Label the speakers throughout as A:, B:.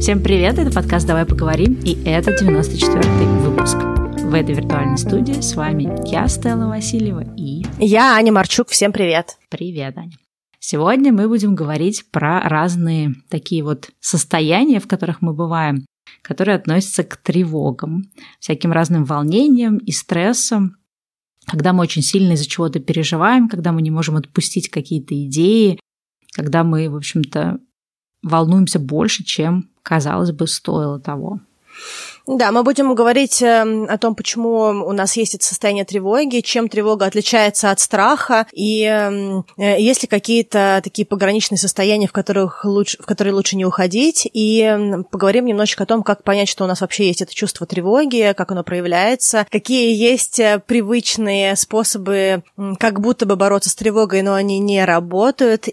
A: Всем привет, это подкаст «Давай поговорим», и это 94-й выпуск. В этой виртуальной студии с вами я, Стелла Васильева, и...
B: Я, Аня Марчук, всем привет.
A: Привет, Аня. Сегодня мы будем говорить про разные такие вот состояния, в которых мы бываем, которые относятся к тревогам, всяким разным волнениям и стрессам, когда мы очень сильно из-за чего-то переживаем, когда мы не можем отпустить какие-то идеи, когда мы, в общем-то, волнуемся больше, чем, казалось бы, стоило того.
B: Да, мы будем говорить о том, почему у нас есть это состояние тревоги, чем тревога отличается от страха, и есть ли какие-то такие пограничные состояния, в которые лучше не уходить, и поговорим немножечко о том, как понять, что у нас вообще есть это чувство тревоги, как оно проявляется, какие есть привычные способы как будто бы бороться с тревогой, но они не работают,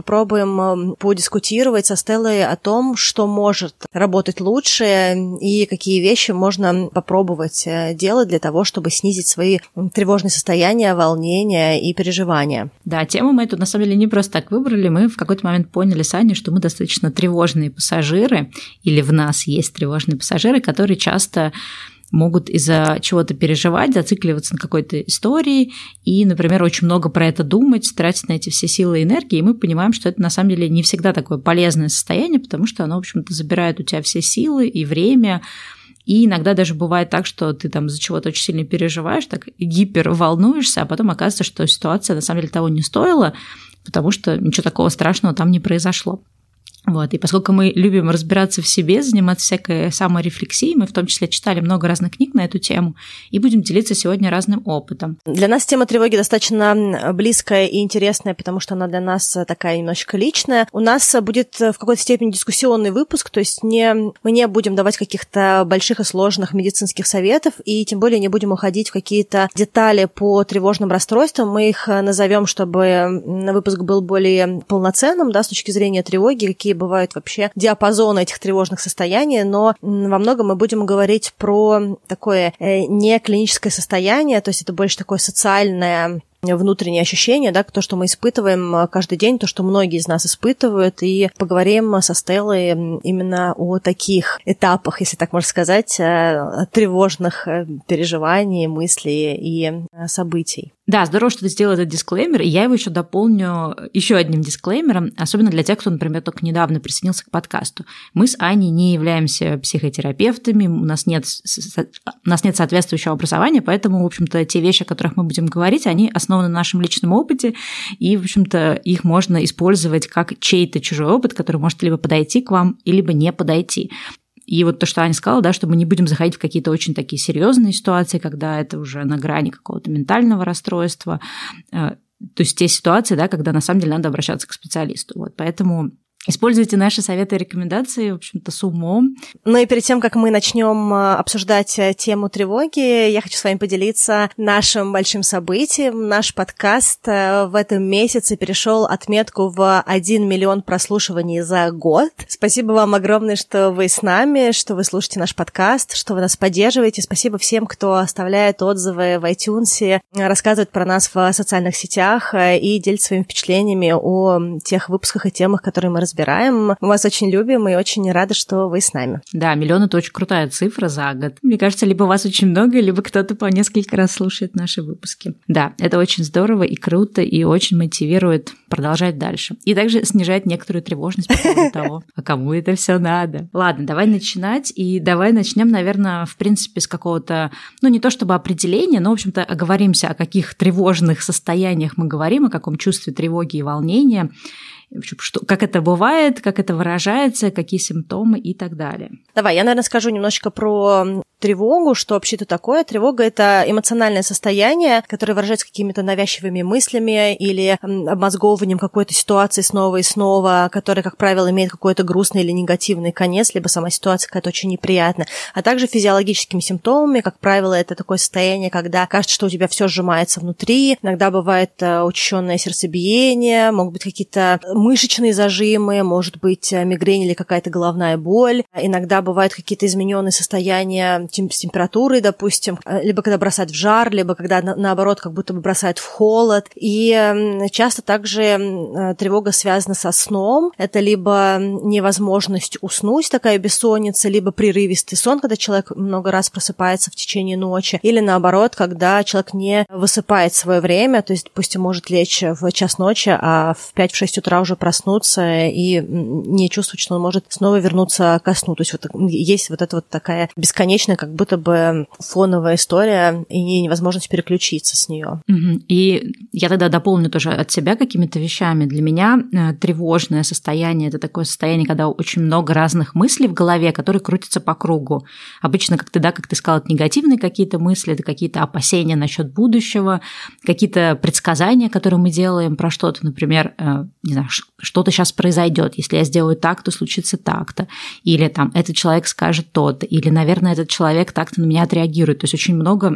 B: и подискутировать со Стеллой о том, что может работать лучше, и какие вещи можно попробовать делать для того, чтобы снизить свои тревожные состояния, волнения и переживания.
A: Да, тему мы эту на самом деле не просто так выбрали. Мы в какой-то момент поняли с Аней, что мы достаточно тревожные пассажиры, или в нас есть тревожные пассажиры, которые часто могут из-за чего-то переживать, зацикливаться на какой-то истории и, например, очень много про это думать, тратить на эти все силы и энергии, и мы понимаем, что это на самом деле не всегда такое полезное состояние, потому что оно, в общем-то, забирает у тебя все силы и время. И иногда даже бывает так, что ты там за чего-то очень сильно переживаешь, так гиперволнуешься, а потом оказывается, что ситуация на самом деле того не стоила, потому что ничего такого страшного там не произошло. Вот. И поскольку мы любим разбираться в себе, заниматься всякой саморефлексией, мы в том числе читали много разных книг на эту тему и будем делиться сегодня разным опытом.
B: Для нас тема тревоги достаточно близкая и интересная, потому что она для нас такая немножечко личная. У нас будет в какой-то степени дискуссионный выпуск, то есть мы не будем давать каких-то больших и сложных медицинских советов, и тем более не будем уходить в какие-то детали по тревожным расстройствам. Мы их назовем, чтобы выпуск был более полноценным, да, с точки зрения тревоги, какие бывают вообще диапазоны этих тревожных состояний, но во многом мы будем говорить про такое не клиническое состояние, то есть это больше такое социальное внутреннее ощущение, да, то, что мы испытываем каждый день, то, что многие из нас испытывают, и поговорим со Стеллой именно о таких этапах, если так можно сказать, тревожных переживаний, мыслей и событий.
A: Да, здорово, что ты сделал этот дисклеймер, и я его еще дополню еще одним дисклеймером, особенно для тех, кто, например, только недавно присоединился к подкасту. Мы с Аней не являемся психотерапевтами, у нас нет соответствующего образования, поэтому, в общем-то, те вещи, о которых мы будем говорить, они основаны на нашем личном опыте, и, в общем-то, их можно использовать как чей-то чужой опыт, который может либо подойти к вам, либо не подойти. И вот то, что Аня сказала, да, что мы не будем заходить в какие-то очень такие серьезные ситуации, когда это уже на грани какого-то ментального расстройства, то есть те ситуации, да, когда на самом деле надо обращаться к специалисту. Вот, поэтому используйте наши советы и рекомендации, в общем-то, с умом.
B: Ну и перед тем, как мы начнем обсуждать тему тревоги, я хочу с вами поделиться нашим большим событием. Наш подкаст в этом месяце перешел отметку в 1 миллион прослушиваний за год. Спасибо вам огромное, что вы с нами, что вы слушаете наш подкаст, что вы нас поддерживаете. Спасибо всем, кто оставляет отзывы в iTunes, рассказывает про нас в социальных сетях и делится своими впечатлениями о тех выпусках и темах, которые мы разбираем. Мы вас очень любим и очень рады, что вы с нами.
A: Да, 1 миллион – это очень крутая цифра за год. Мне кажется, либо вас очень много, либо кто-то по несколько раз слушает наши выпуски. Да, это очень здорово и круто, и очень мотивирует продолжать дальше. И также снижает некоторую тревожность по поводу того, а кому это все надо. Ладно, давай начинать. И давай начнем, наверное, в принципе, с какого-то, не то чтобы определения, но, в общем-то, оговоримся, о каких тревожных состояниях мы говорим, о каком чувстве тревоги и волнения, как это бывает, как это выражается, какие симптомы и так далее.
B: Давай, я, наверное, скажу немножечко про тревогу, что вообще это такое. Тревога – это эмоциональное состояние, которое выражается какими-то навязчивыми мыслями или обмозговыванием какой-то ситуации снова и снова, которая, как правило, имеет какой-то грустный или негативный конец, либо сама ситуация какая-то очень неприятная, а также физиологическими симптомами. Как правило, это такое состояние, когда кажется, что у тебя все сжимается внутри, иногда бывает учащенное сердцебиение, могут быть какие-то мышечные зажимы, может быть мигрень или какая-то головная боль. Иногда бывают какие-то измененные состояния с температурой, допустим, либо когда бросает в жар, либо когда, наоборот, как будто бы бросает в холод. И часто также тревога связана со сном. Это либо невозможность уснуть, такая бессонница, либо прерывистый сон, когда человек много раз просыпается в течение ночи, или наоборот, когда человек не высыпает в свое время, то есть, допустим, может лечь в час ночи, а в 5-6 утра уже проснуться и не чувствовать, что он может снова вернуться ко сну. То есть вот есть вот эта вот такая бесконечная, как будто бы фоновая история, и невозможность переключиться с нее.
A: И я тогда дополню тоже от себя какими-то вещами. Для меня тревожное состояние – это такое состояние, когда очень много разных мыслей в голове, которые крутятся по кругу. Обычно, как ты сказала, это негативные какие-то мысли, это какие-то опасения насчет будущего, какие-то предсказания, которые мы делаем про что-то, например, не знаю, что-то сейчас произойдет, если я сделаю так, то случится так-то, или там этот человек скажет то-то, или, наверное, этот человек так-то на меня отреагирует. То есть очень много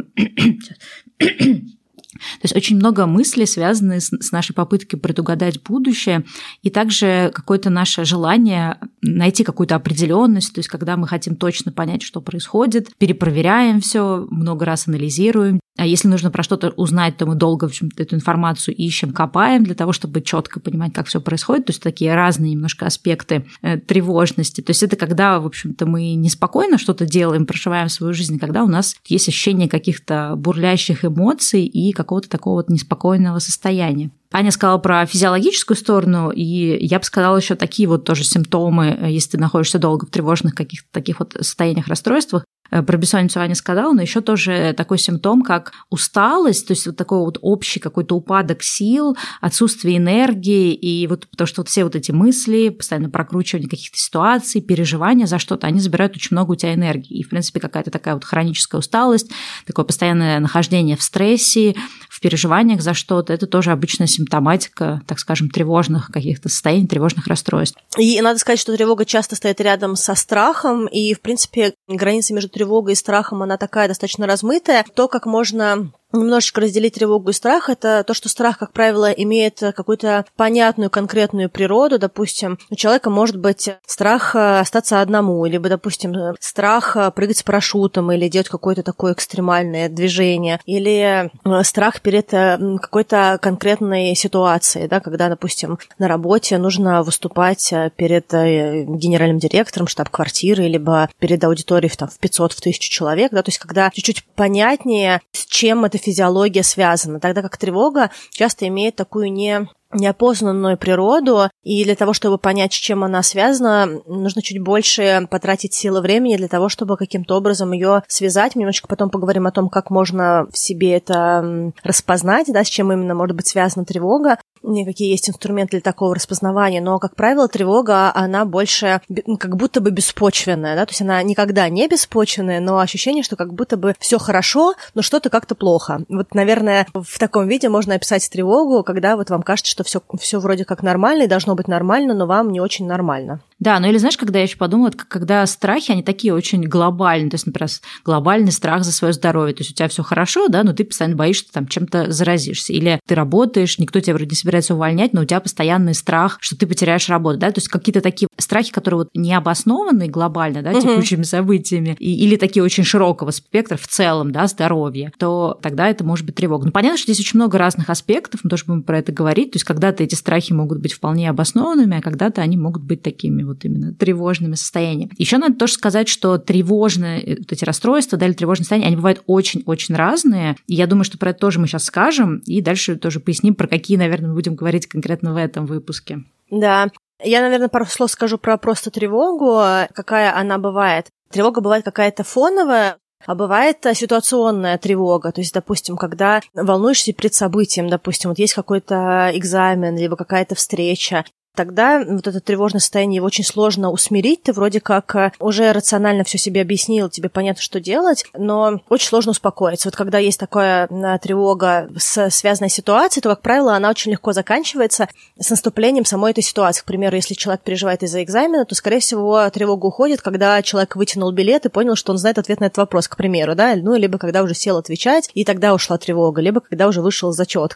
A: мыслей, связанных с нашей попыткой предугадать будущее, и также какое-то наше желание найти какую-то определенность, то есть когда мы хотим точно понять, что происходит, перепроверяем все, много раз анализируем. А если нужно про что-то узнать, то мы долго, в общем-то, эту информацию ищем, копаем для того, чтобы четко понимать, как все происходит. То есть такие разные немножко аспекты тревожности. То есть это когда, в общем-то, мы неспокойно что-то делаем, проживаем свою жизнь, когда у нас есть ощущение каких-то бурлящих эмоций и какого-то такого вот неспокойного состояния. Аня сказала про физиологическую сторону, и я бы сказала еще такие вот тоже симптомы, если ты находишься долго в тревожных каких-то таких вот состояниях, расстройствах. Про бессонницу Аня сказала, но еще тоже такой симптом, как усталость, то есть вот такой вот общий какой-то упадок сил, отсутствие энергии, и вот потому что вот все вот эти мысли, постоянно прокручивание каких-то ситуаций, переживания за что-то, они забирают очень много у тебя энергии. И, в принципе, какая-то такая вот хроническая усталость, такое постоянное нахождение в стрессе, в переживаниях за что-то, это тоже обычная симптоматика, так скажем, тревожных каких-то состояний, тревожных расстройств.
B: И надо сказать, что тревога часто стоит рядом со страхом, и, в принципе, граница между тревогой и страхом, она такая достаточно размытая. То, как можно немножечко разделить тревогу и страх, это то, что страх, как правило, имеет какую-то понятную, конкретную природу. Допустим, у человека может быть страх остаться одному, либо, допустим, страх прыгать с парашютом или делать какое-то такое экстремальное движение, или страх перед какой-то конкретной ситуацией, да, когда, допустим, на работе нужно выступать перед генеральным директором штаб-квартиры, либо перед аудиторией в 500, в 1000 человек, да, то есть когда чуть-чуть понятнее, с чем эта физиология связана, тогда как тревога часто имеет такую неопознанную природу, и для того, чтобы понять, с чем она связана, нужно чуть больше потратить силы времени для того, чтобы каким-то образом ее связать. Мы немножечко потом поговорим о том, как можно в себе это распознать, да, с чем именно может быть связана тревога, какие есть инструменты для такого распознавания, но, как правило, тревога, она больше как будто бы беспочвенная, да, то есть она никогда не беспочвенная, но ощущение, что как будто бы все хорошо, но что-то как-то плохо. Вот, наверное, в таком виде можно описать тревогу, когда вот вам кажется, что все вроде как нормально и должно быть нормально, но вам не очень нормально.
A: Да, ну или знаешь, когда я еще подумала, когда страхи, они такие очень глобальные, то есть, например, глобальный страх за свое здоровье, то есть у тебя все хорошо, да, но ты постоянно боишься, что там чем-то заразишься, или ты работаешь, никто тебя вроде не собирается увольнять, но у тебя постоянный страх, что ты потеряешь работу, да, то есть какие-то такие страхи, которые вот не обоснованы глобально, да, текущими событиями, или такие очень широкого спектра в целом, да, здоровья, то тогда это может быть тревога. Ну, понятно, что здесь очень много разных аспектов, мы тоже будем про это говорить, то есть когда-то эти страхи могут быть вполне обоснованными, а когда-то они могут быть такими вот именно тревожными состояниями. Еще надо тоже сказать, что тревожные вот эти расстройства, да, или тревожные состояния, они бывают очень-очень разные. И я думаю, что про это тоже мы сейчас скажем, и дальше тоже поясним, про какие, наверное, мы будем говорить конкретно в этом выпуске.
B: Да. Я, наверное, пару слов скажу про просто тревогу, какая она бывает. Тревога бывает какая-то фоновая, а бывает ситуационная тревога, то есть, допустим, когда волнуешься перед событием, допустим, вот есть какой-то экзамен, либо какая-то встреча, тогда вот это тревожное состояние, его очень сложно усмирить. Ты вроде как уже рационально все себе объяснил, тебе понятно, что делать, но очень сложно успокоиться. Вот когда есть такая тревога с связанной ситуацией, то, как правило, она очень легко заканчивается с наступлением самой этой ситуации. К примеру, если человек переживает из-за экзамена, то, скорее всего, тревога уходит, когда человек вытянул билет и понял, что он знает ответ на этот вопрос, к примеру, да, ну, либо когда уже сел отвечать, и тогда ушла тревога, либо когда уже вышел с зачеткой.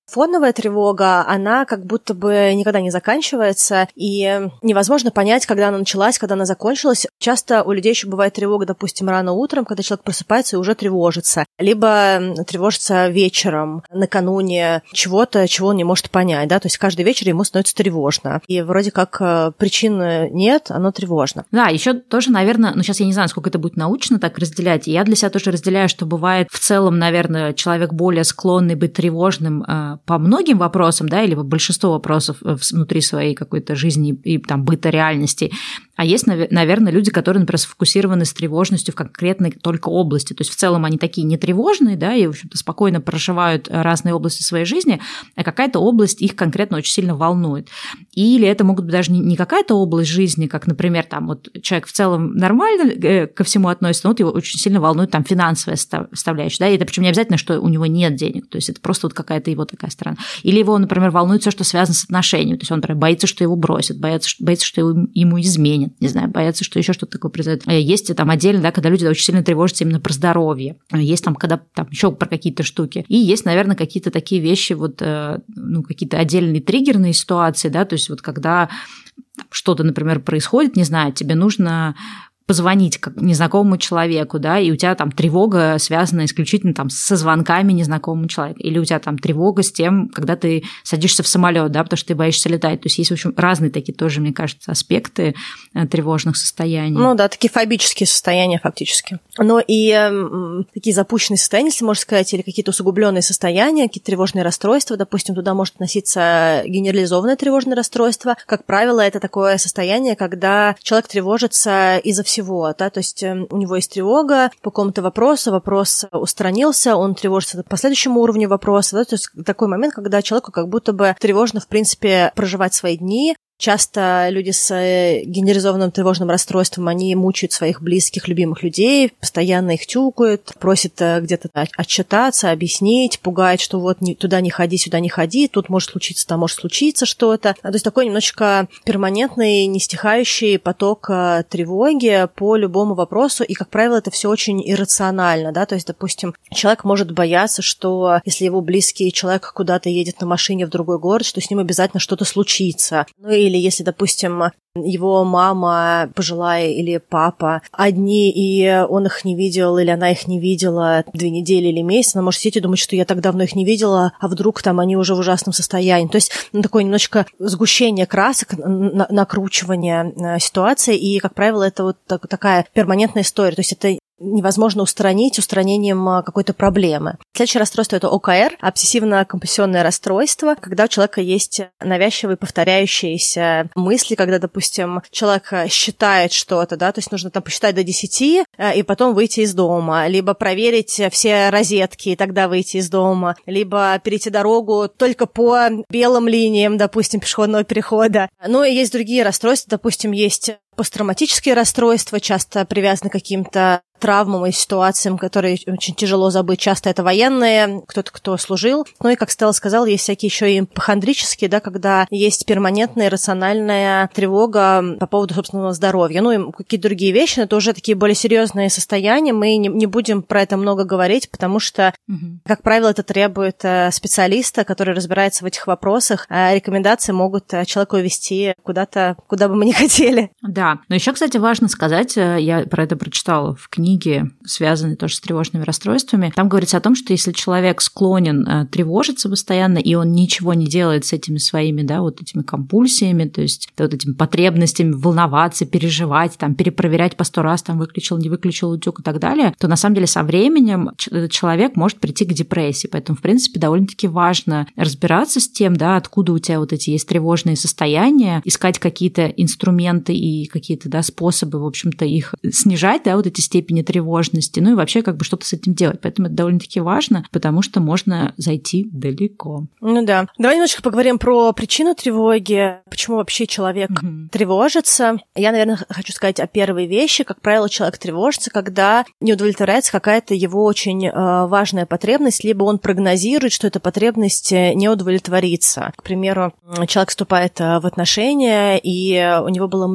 B: Фоновая тревога, она как будто бы никогда не заканчивается, и невозможно понять, когда она началась, когда она закончилась. Часто у людей еще бывает тревога, допустим, рано утром, когда человек просыпается и уже тревожится, либо тревожится вечером, накануне чего-то, чего он не может понять, да, то есть каждый вечер ему становится тревожно, и вроде как причин нет, оно тревожно.
A: Да, еще тоже, наверное, сейчас я не знаю, сколько это будет научно так разделять, я для себя тоже разделяю, что бывает в целом, наверное, человек более склонный быть тревожным по многим вопросам, да, или большинство вопросов внутри своей какой-то жизни и там быта реальности. А есть, наверное, люди, которые, например, сфокусированы с тревожностью в конкретной только области. То есть в целом они такие нетревожные, да, и, в общем-то, спокойно проживают разные области своей жизни, а какая-то область их конкретно очень сильно волнует. Или это могут быть даже не какая-то область жизни, как, например, там вот человек в целом нормально ко всему относится, но вот его очень сильно волнует там финансовая составляющая, да, и это причем не обязательно, что у него нет денег, то есть это просто вот какая-то его такая сторона. Или его, например, волнует все, что связано с отношениями, то есть он, например, боится, что его бросят, боится, что ему изменят, не знаю, боятся, что еще что-то такое произойдет. Есть там отдельно, да, когда люди очень сильно тревожатся именно про здоровье. Есть там, когда там еще про какие-то штуки. И есть, наверное, какие-то такие вещи, вот, ну, какие-то отдельные триггерные ситуации, да, то есть вот когда что-то, например, происходит, не знаю, тебе нужно позвонить незнакомому человеку, да, и у тебя там тревога связана исключительно там со звонками незнакомому человеку, или у тебя там тревога с тем, когда ты садишься в самолет, да, потому что ты боишься летать. То есть есть, в общем, разные такие тоже, мне кажется, аспекты тревожных состояний.
B: Ну да, такие фобические состояния фактически. Но и такие запущенные состояния, если можно сказать, или какие-то усугубленные состояния, какие-то тревожные расстройства, допустим, туда может относиться генерализованное тревожное расстройство. Как правило, это такое состояние, когда человек тревожится из-за всего, да, то есть у него есть тревога по какому-то вопросу, вопрос устранился, он тревожится по следующему уровню вопроса, да, то есть такой момент, когда человеку как будто бы тревожно, в принципе, проживать свои дни. Часто люди с генерализованным тревожным расстройством, они мучают своих близких, любимых людей, постоянно их тюкают, просят где-то отчитаться, объяснить, пугают, что вот туда не ходи, сюда не ходи, тут может случиться, там может случиться что-то. То есть такой немножечко перманентный, нестихающий поток тревоги по любому вопросу, и, как правило, это все очень иррационально, да, то есть, допустим, человек может бояться, что если его близкий человек куда-то едет на машине в другой город, что с ним обязательно что-то случится. Ну или если, допустим, его мама пожилая или папа одни, и он их не видел, или она их не видела 2 недели или месяц, она может сидеть и думать, что я так давно их не видела, а вдруг там они уже в ужасном состоянии. То есть такое немножечко сгущение красок, накручивание ситуации, и, как правило, это вот такая перманентная история. То есть это невозможно устранить устранением какой-то проблемы. Следующее расстройство – это ОКР, обсессивно-компульсионное расстройство, когда у человека есть навязчивые повторяющиеся мысли, когда, допустим, человек считает что-то, да, то есть нужно там посчитать до 10 и потом выйти из дома, либо проверить все розетки и тогда выйти из дома, либо перейти дорогу только по белым линиям, допустим, пешеходного перехода. Ну и есть другие расстройства, допустим, есть посттравматические расстройства, часто привязаны к каким-то травмам и ситуациям, которые очень тяжело забыть. Часто это военные, кто-то, кто служил. Ну и, как Стелла сказала, есть всякие еще и ипохондрические, да, когда есть перманентная рациональная тревога по поводу собственного здоровья. Ну и какие-то другие вещи, но это уже такие более серьезные состояния. Мы не будем про это много говорить, потому что, как правило, это требует специалиста, который разбирается в этих вопросах. А рекомендации могут человека увести куда-то, куда бы мы ни хотели.
A: Да, но еще, кстати, важно сказать, я про это прочитала в книге, связанной тоже с тревожными расстройствами. Там говорится о том, что если человек склонен тревожиться постоянно, и он ничего не делает с этими своими, да, вот этими компульсиями, то есть вот этими потребностями волноваться, переживать, там, перепроверять по 100 раз, там, выключил, не выключил утюг и так далее, то на самом деле со временем этот человек может прийти к депрессии. Поэтому, в принципе, довольно-таки важно разбираться с тем, да, откуда у тебя вот эти есть тревожные состояния, искать какие-то инструменты и какие-то, да, способы, в общем-то, их снижать, да, вот эти степени тревожности, ну и вообще как бы что-то с этим делать. Поэтому это довольно-таки важно, потому что можно зайти далеко.
B: Ну да. Давай немножечко поговорим про причину тревоги, почему вообще человек тревожится. Я, наверное, хочу сказать о первой вещи. Как правило, человек тревожится, когда не удовлетворяется какая-то его очень важная потребность, либо он прогнозирует, что эта потребность не удовлетворится. К примеру, человек вступает в отношения, и у него было много плохого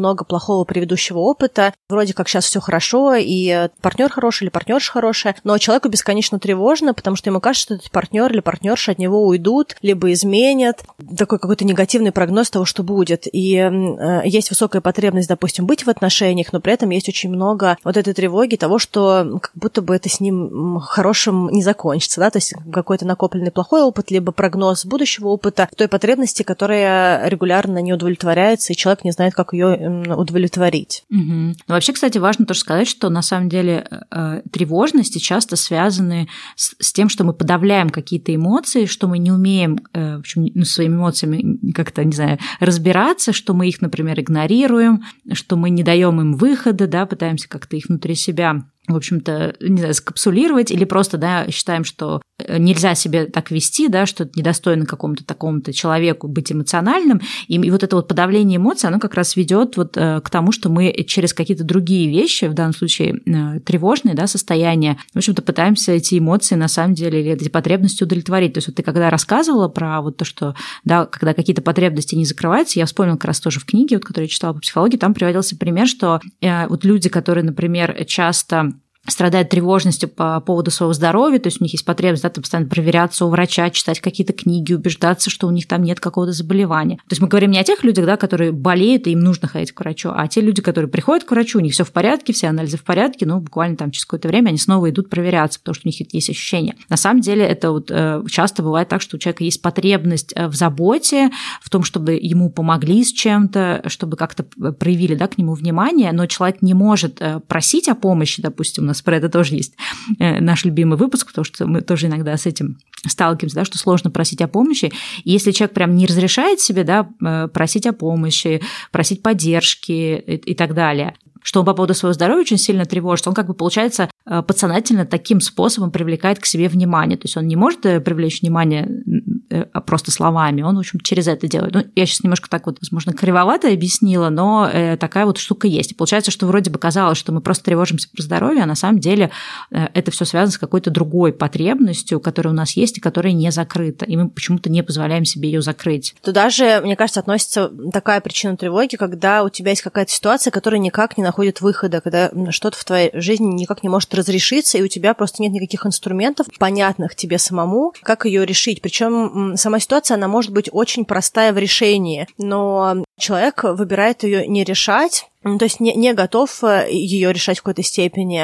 B: плохого предыдущего опыта. Вроде как сейчас все хорошо, и партнер хороший или партнерша хорошая, но человеку бесконечно тревожно, потому что ему кажется, что этот партнер или партнерша от него уйдут, либо изменят. Такой какой-то негативный прогноз того, что будет. И есть высокая потребность, допустим, быть в отношениях, но при этом есть очень много вот этой тревоги того, что как будто бы это с ним хорошим не закончится, да, то есть какой-то накопленный плохой опыт, либо прогноз будущего опыта той потребности, которая регулярно не удовлетворяется, и человек не знает, как ее удовлетворить.
A: Угу. Ну, вообще, кстати, важно тоже сказать, что на самом деле тревожности часто связаны с тем, что мы подавляем какие-то эмоции, что мы не умеем в общем, своими эмоциями как-то, не знаю, разбираться, что мы их, например, игнорируем, что мы не даем им выхода, да, пытаемся как-то их внутри себя, в общем-то, не знаю, скапсулировать, или просто, да, считаем, что нельзя себя так вести, да, что это недостойно какому-то такому-то человеку быть эмоциональным, и вот это вот подавление эмоций, оно как раз ведет вот к тому, что мы через какие-то другие вещи, в данном случае тревожные, да, состояния, в общем-то, пытаемся эти эмоции на самом деле или эти потребности удовлетворить. То есть вот ты когда рассказывала про вот то, что, да, когда какие-то потребности не закрываются, я вспомнила как раз тоже в книге, вот, которую я читала по психологии, там приводился пример, что вот люди, которые, например, часто страдают тревожностью по поводу своего здоровья, то есть у них есть потребность, да, там постоянно проверяться у врача, читать какие-то книги, убеждаться, что у них там нет какого-то заболевания. То есть мы говорим не о тех людях, да, которые болеют, и им нужно ходить к врачу, а те люди, которые приходят к врачу, у них все в порядке, все анализы в порядке, но буквально там через какое-то время они снова идут проверяться, потому что у них есть ощущение. На самом деле это вот часто бывает так, что у человека есть потребность в заботе, в том, чтобы ему помогли с чем-то, чтобы как-то проявили, да, к нему внимание, но человек не может просить о помощи, допустим, у нас про это тоже есть наш любимый выпуск, потому что мы тоже иногда с этим сталкиваемся, да, что сложно просить о помощи. И если человек прям не разрешает себе, да, просить о помощи, просить поддержки и так далее, что он по поводу своего здоровья очень сильно тревожится, он как бы, получается, подсознательно таким способом привлекает к себе внимание. То есть он не может привлечь внимание просто словами, он, в общем, через это делает. Ну, я сейчас немножко так вот, возможно, кривовато объяснила, но такая вот штука есть. И получается, что вроде бы казалось, что мы просто тревожимся про здоровье, а на самом деле это все связано с какой-то другой потребностью, которая у нас есть и которая не закрыта, и мы почему-то не позволяем себе ее закрыть.
B: Туда же, мне кажется, относится такая причина тревоги, когда у тебя есть какая-то ситуация, которая никак не находит выхода, когда что-то в твоей жизни никак не может разрешиться, и у тебя просто нет никаких инструментов, понятных тебе самому, как ее решить. Причем сама ситуация, она может быть очень простая в решении, но человек выбирает ее не решать, то есть не готов ее решать в какой-то степени,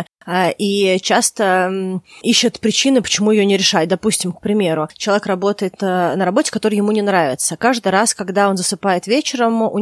B: и часто ищет причины, почему ее не решать. Допустим, к примеру, человек работает на работе, которая ему не нравится. Каждый раз, когда он засыпает вечером, у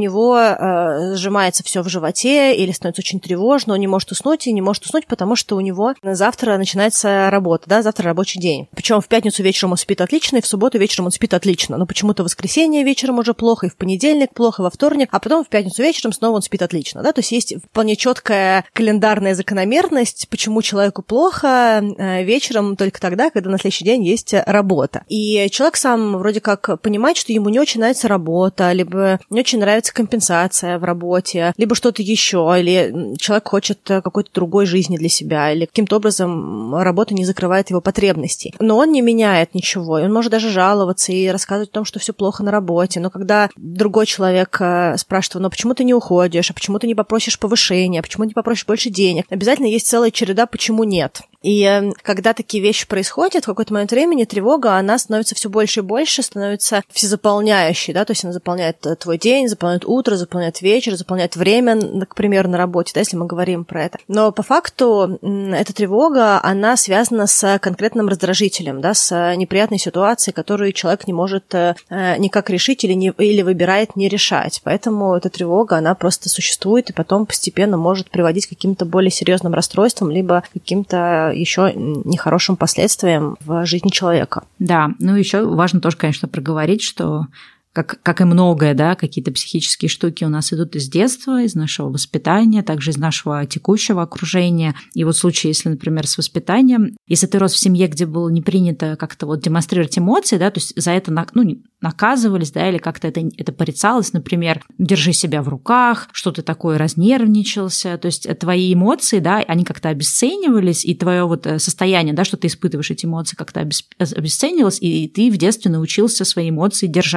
B: него сжимается все в животе или становится очень тревожно, он не может уснуть, и не может уснуть, потому что у него завтра начинается работа, да, завтра рабочий день. Причем в пятницу вечером он спит отлично, и в субботу вечером он спит отлично, но почему-то в воскресенье вечером уже плохо, и в понедельник плохо, и во вторник, а потом в пятницу вечером снова он спит отлично. Да? То есть есть вполне четкая календарная закономерность, почему человеку плохо вечером только тогда, когда на следующий день есть работа. И человек сам вроде как понимает, что ему не очень нравится работа, либо не очень нравится компенсация в работе, либо что-то еще, или человек хочет какой-то другой жизни для себя, или каким-то образом работа не закрывает его потребностей. Но он не меняет ничего, и он может даже жаловаться и рассказывать о том, что все плохо на работе. Но когда другой человек спрашивает, ну почему ты не уходишь, а почему ты не попросишь повышения, а почему не попросишь больше денег, обязательно есть целая череда «почему нет?». И когда такие вещи происходят, в какой-то момент времени тревога, она становится все больше и больше, становится всезаполняющей, да, то есть она заполняет твой день, заполняет утро, заполняет вечер, заполняет время, к примеру, на работе, да, если мы говорим про это. Но по факту эта тревога, она связана с конкретным раздражителем, да, с неприятной ситуацией, которую человек не может никак решить или выбирает не решать. Поэтому эта тревога, она просто существует и потом постепенно может приводить к каким-то более серьезным расстройствам, либо каким-то еще нехорошим последствиям в жизни человека.
A: Да, ну еще важно тоже, конечно, проговорить, что как и многое, да, какие-то психические штуки у нас идут из детства, из нашего воспитания, также из нашего текущего окружения. И вот в случае, если, например, с воспитанием, если ты рос в семье, где было не принято как-то вот демонстрировать эмоции, да, то есть за это наказывались, да, или как-то это порицалось, например, держи себя в руках, что ты такое разнервничался, то есть твои эмоции, да, они как-то обесценивались, и твое вот состояние, да, что ты испытываешь эти эмоции, как-то обесценивалось, и ты в детстве научился свои эмоции держать под контролем.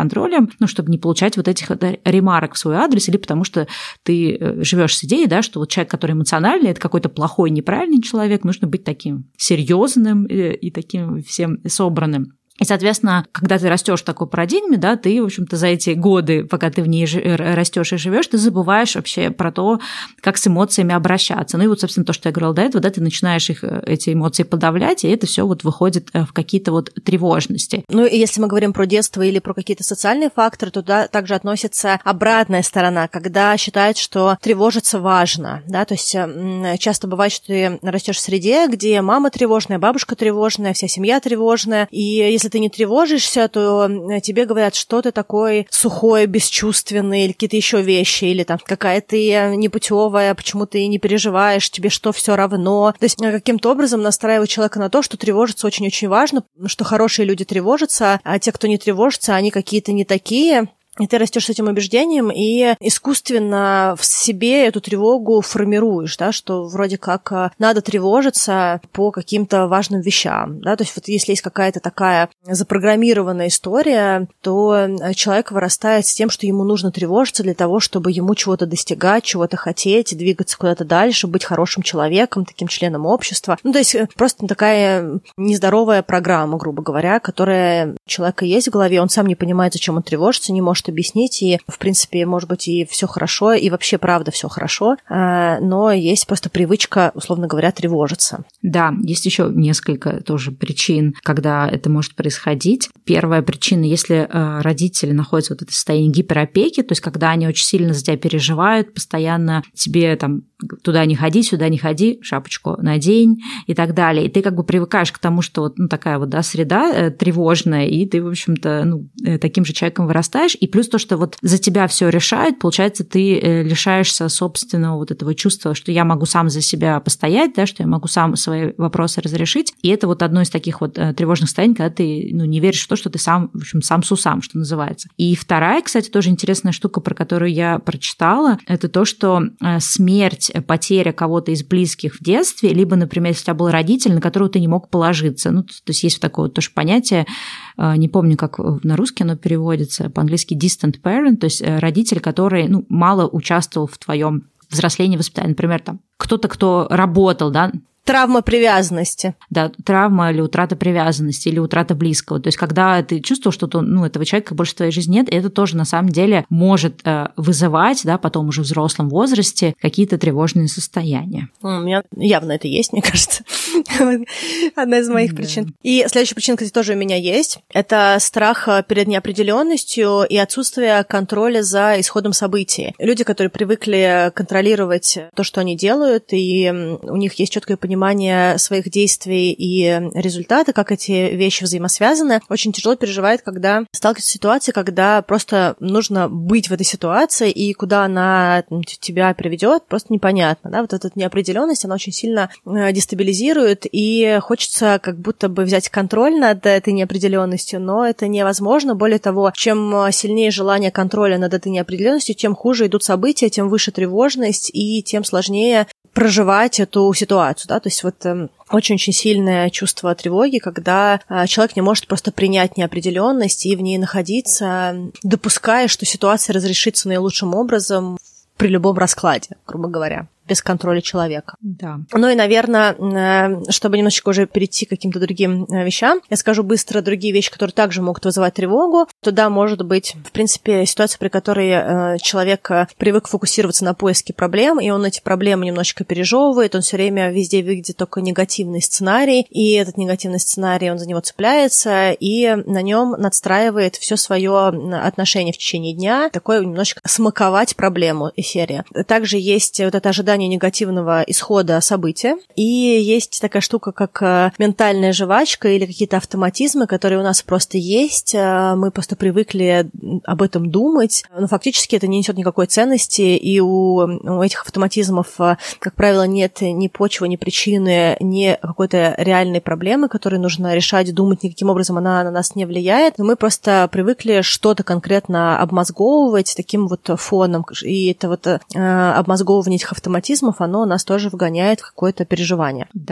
A: контролем, чтобы не получать вот этих ремарок в свой адрес, или потому что ты живешь с идеей, да, что вот человек, который эмоциональный, это какой-то плохой, неправильный человек, нужно быть таким серьезным и таким всем собранным. И, соответственно, когда ты растешь в такой парадигме, да, ты, в общем-то, за эти годы, пока ты в ней растешь и живешь, ты забываешь вообще про то, как с эмоциями обращаться. Ну и вот, собственно, то, что я говорила до этого, да, ты начинаешь эти эмоции подавлять, и это все вот выходит в какие-то вот тревожности.
B: Ну и если мы говорим про детство или про какие-то социальные факторы, то туда также относится обратная сторона, когда считают, что тревожиться важно, да, то есть часто бывает, что ты растешь в среде, где мама тревожная, бабушка тревожная, вся семья тревожная, и если ты не тревожишься, то тебе говорят, что ты такой сухой, бесчувственный, или какие-то еще вещи, или там какая ты непутевая, почему ты не переживаешь, тебе что, все равно. То есть каким-то образом настраивать человека на то, что тревожиться очень-очень важно, что хорошие люди тревожатся, а те, кто не тревожится, они какие-то не такие. И ты растешь с этим убеждением и искусственно в себе эту тревогу формируешь, да, что вроде как надо тревожиться по каким-то важным вещам, да, то есть вот если есть какая-то такая запрограммированная история, то человек вырастает с тем, что ему нужно тревожиться для того, чтобы ему чего-то достигать, чего-то хотеть, двигаться куда-то дальше, быть хорошим человеком, таким членом общества. Ну, то есть просто такая нездоровая программа, грубо говоря, которая у человека есть в голове, он сам не понимает, зачем он тревожится, не может объяснить, и, в принципе, может быть, и все хорошо, и вообще, правда, все хорошо, но есть просто привычка, условно говоря, тревожиться.
A: Да, есть еще несколько тоже причин, когда это может происходить. Первая причина, если родители находятся в этом состоянии гиперопеки, то есть когда они очень сильно за тебя переживают, постоянно тебе там туда не ходи, сюда не ходи, шапочку надень и так далее. И ты как бы привыкаешь к тому, что вот такая вот, да, среда тревожная, и ты, в общем-то, таким же человеком вырастаешь. И плюс то, что вот за тебя все решает, получается, ты лишаешься собственного вот этого чувства, что я могу сам за себя постоять, да, что я могу сам свои вопросы разрешить. И это вот одно из таких вот тревожных состояний, когда ты не веришь в то, что ты сам, в общем, сам-су-сам, что называется. И вторая, кстати, тоже интересная штука, про которую я прочитала, это то, что смерть, потеря кого-то из близких в детстве, либо, например, если у тебя был родитель, на которого ты не мог положиться. То есть есть такое вот тоже понятие, не помню, как на русский оно переводится, по-английски distant parent, то есть родитель, который мало участвовал в твоем взрослении, воспитании. Например, там кто-то, кто работал, да,
B: Травма привязанности.
A: Да, травма или утрата привязанности, или утрата близкого. То есть когда ты чувствовал, что этого человека больше в твоей жизни нет, это тоже на самом деле может вызывать, да, потом уже в взрослом возрасте какие-то тревожные состояния.
B: У меня явно это есть, мне кажется. Одна из моих причин. И следующая причина, кстати, тоже у меня есть. Это страх перед неопределенностью и отсутствие контроля за исходом событий. Люди, которые привыкли контролировать то, что они делают, и у них есть четкое понимание своих действий и результаты, как эти вещи взаимосвязаны, очень тяжело переживает, когда сталкивается с ситуацией, когда просто нужно быть в этой ситуации, и куда она тебя приведет, просто непонятно. Да? Вот эта неопределенность, она очень сильно дестабилизирует, и хочется как будто бы взять контроль над этой неопределенностью, но это невозможно. Более того, чем сильнее желание контроля над этой неопределенностью, тем хуже идут события, тем выше тревожность, и тем сложнее проживать эту ситуацию, да, то есть вот очень-очень сильное чувство тревоги, когда человек не может просто принять неопределенность и в ней находиться, допуская, что ситуация разрешится наилучшим образом при любом раскладе, грубо говоря, без контроля человека.
A: Да.
B: Ну и, наверное, чтобы немножечко уже перейти к каким-то другим вещам, я скажу быстро другие вещи, которые также могут вызывать тревогу. Туда может быть, в принципе, ситуация, при которой человек привык фокусироваться на поиске проблем, и он эти проблемы немножечко пережевывает, он все время везде видит только негативный сценарий, и этот негативный сценарий, он за него цепляется, и на нем надстраивает все свое отношение в течение дня, такое немножечко смаковать проблему из серии. Также есть вот это ожидание негативного исхода события. И есть такая штука, как ментальная жвачка или какие-то автоматизмы, которые у нас просто есть. Мы просто привыкли об этом думать. Но фактически это не несет никакой ценности, и у этих автоматизмов, как правило, нет ни почвы, ни причины, ни какой-то реальной проблемы, которую нужно решать, думать никаким образом она на нас не влияет. Но мы просто привыкли что-то конкретно обмозговывать таким вот фоном. И это вот обмозговывание этих автоматизмов, оно нас тоже вгоняет в какое-то переживание.
A: Да.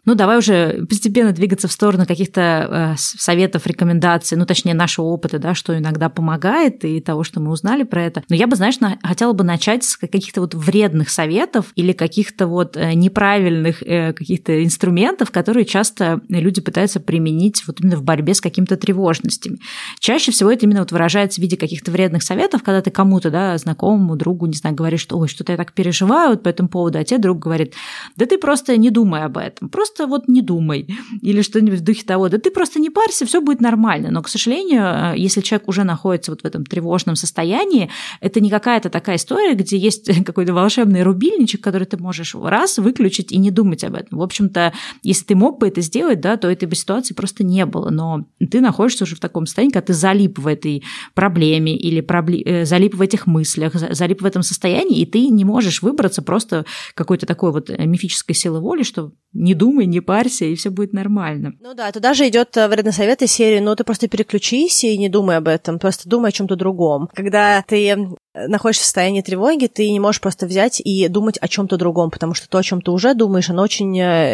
A: Ну, давай уже постепенно двигаться в сторону каких-то советов, рекомендаций, ну, точнее, нашего опыта, да, что иногда помогает, и того, что мы узнали про это. Но я бы, знаешь, хотела бы начать с каких-то вот вредных советов или каких-то вот неправильных каких-то инструментов, которые часто люди пытаются применить вот именно в борьбе с какими-то тревожностями. Чаще всего это именно вот выражается в виде каких-то вредных советов, когда ты кому-то, да, знакомому, другу, не знаю, говоришь, что ой, что-то я так переживаю вот по этому поводу, а тебе друг говорит, да ты просто не думай об этом, просто вот не думай. Или что-нибудь в духе того, да ты просто не парься, все будет нормально. Но, к сожалению, если человек уже находится вот в этом тревожном состоянии, это не какая-то такая история, где есть какой-то волшебный рубильничек, который ты можешь раз выключить и не думать об этом. В общем-то, если ты мог бы это сделать, да, то этой бы ситуации просто не было. Но ты находишься уже в таком состоянии, когда ты залип в этой проблеме или залип в этих мыслях, залип в этом состоянии, и ты не можешь выбраться просто какой-то такой вот мифической силы воли, что не думай, не парься, и все будет нормально.
B: Ну да, туда же идет вредный совет из серии, ну ты просто переключись и не думай об этом, просто думай о чем-то другом. Когда ты находишься в состоянии тревоги, ты не можешь просто взять и думать о чем-то другом, потому что то, о чем ты уже думаешь, оно очень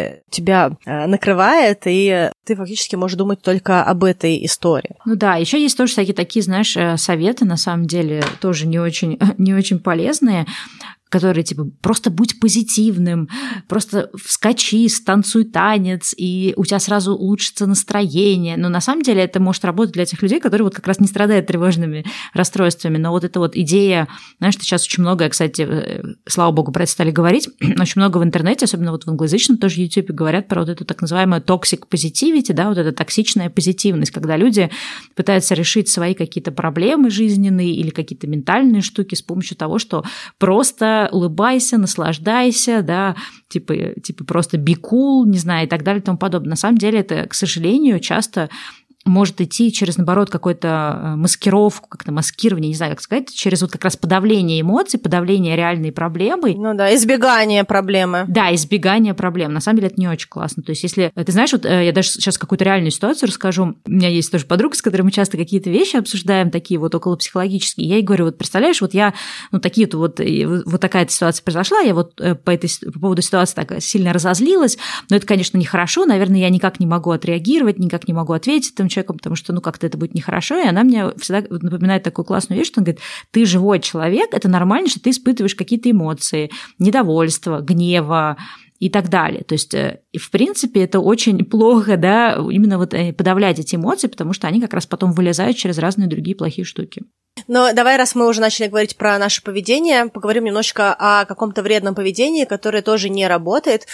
B: тебя накрывает, и ты фактически можешь думать только об этой истории.
A: Ну да, еще есть тоже всякие такие, знаешь, советы, на самом деле, тоже не очень полезные, которые типа просто будь позитивным, просто вскочи, станцуй танец, и у тебя сразу улучшится настроение. Но на самом деле это может работать для тех людей, которые вот как раз не страдают тревожными расстройствами. Но вот эта вот идея, знаешь, что сейчас очень много, кстати, слава богу, про это стали говорить, очень много в интернете, особенно вот в англоязычном тоже YouTube говорят про вот эту так называемую toxic positivity, да, вот эта токсичная позитивность, когда люди пытаются решить свои какие-то проблемы жизненные или какие-то ментальные штуки с помощью того, что просто улыбайся, наслаждайся, да, типа просто be cool, не знаю, и так далее и тому подобное. На самом деле это, к сожалению, часто может идти через, наоборот, какую-то маскировку, как-то маскирование, не знаю, как сказать, через вот как раз подавление эмоций, подавление реальной проблемы.
B: Ну да, избегание проблемы.
A: Да, избегание проблем. На самом деле это не очень классно. То есть если, ты знаешь, вот я даже сейчас какую-то реальную ситуацию расскажу. У меня есть тоже подруга, с которой мы часто какие-то вещи обсуждаем, такие вот околопсихологические. Я ей говорю, вот представляешь, вот я, ну такие-то вот такая-то ситуация произошла, я вот по поводу ситуации так сильно разозлилась, но это, конечно, нехорошо, наверное, я никак не могу отреагировать, никак не могу ответить этому человеку, потому что, ну, как-то это будет нехорошо, и она мне всегда напоминает такую классную вещь, что она говорит, ты живой человек, это нормально, что ты испытываешь какие-то эмоции, недовольство, гнева и так далее. То есть, в принципе, это очень плохо, да, именно вот подавлять эти эмоции, потому что они как раз потом вылезают через разные другие плохие штуки.
B: Но давай, раз мы уже начали говорить про наше поведение, поговорим немножко о каком-то вредном поведении, которое тоже не работает.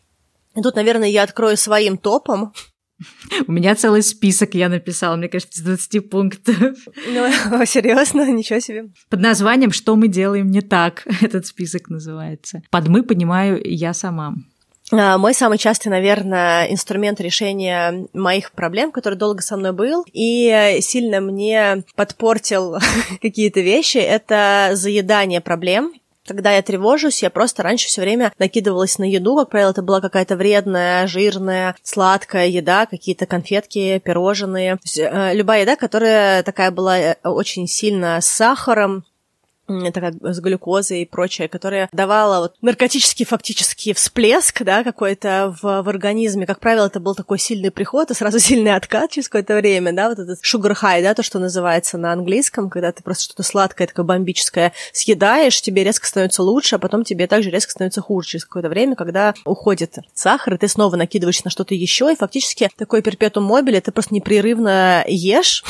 B: И тут, наверное, я открою своим топом.
A: У меня целый список я написала, мне кажется, из 20 пунктов.
B: Ну, серьезно? Ничего себе.
A: Под названием «Что мы делаем не так» этот список называется. Под «мы» понимаю я сама.
B: Мой самый частый, наверное, инструмент решения моих проблем, который долго со мной был и сильно мне подпортил какие-то вещи, это заедание проблем. Когда я тревожусь, я просто раньше все время накидывалась на еду. Как правило, это была какая-то вредная, жирная, сладкая еда, какие-то конфетки, пирожные. То есть, любая еда, которая такая была очень сильно с сахаром, такая с глюкозой и прочее, которая давала вот наркотический фактически всплеск, да, какой-то в организме. Как правило, это был такой сильный приход и сразу сильный откат через какое-то время, да, вот этот sugar high, да, то, что называется на английском, когда ты просто что-то сладкое, такое бомбическое съедаешь, тебе резко становится лучше, а потом тебе также резко становится хуже через какое-то время, когда уходит сахар, и ты снова накидываешься на что-то еще, и фактически такой перпетум мобиле, ты просто непрерывно ешь,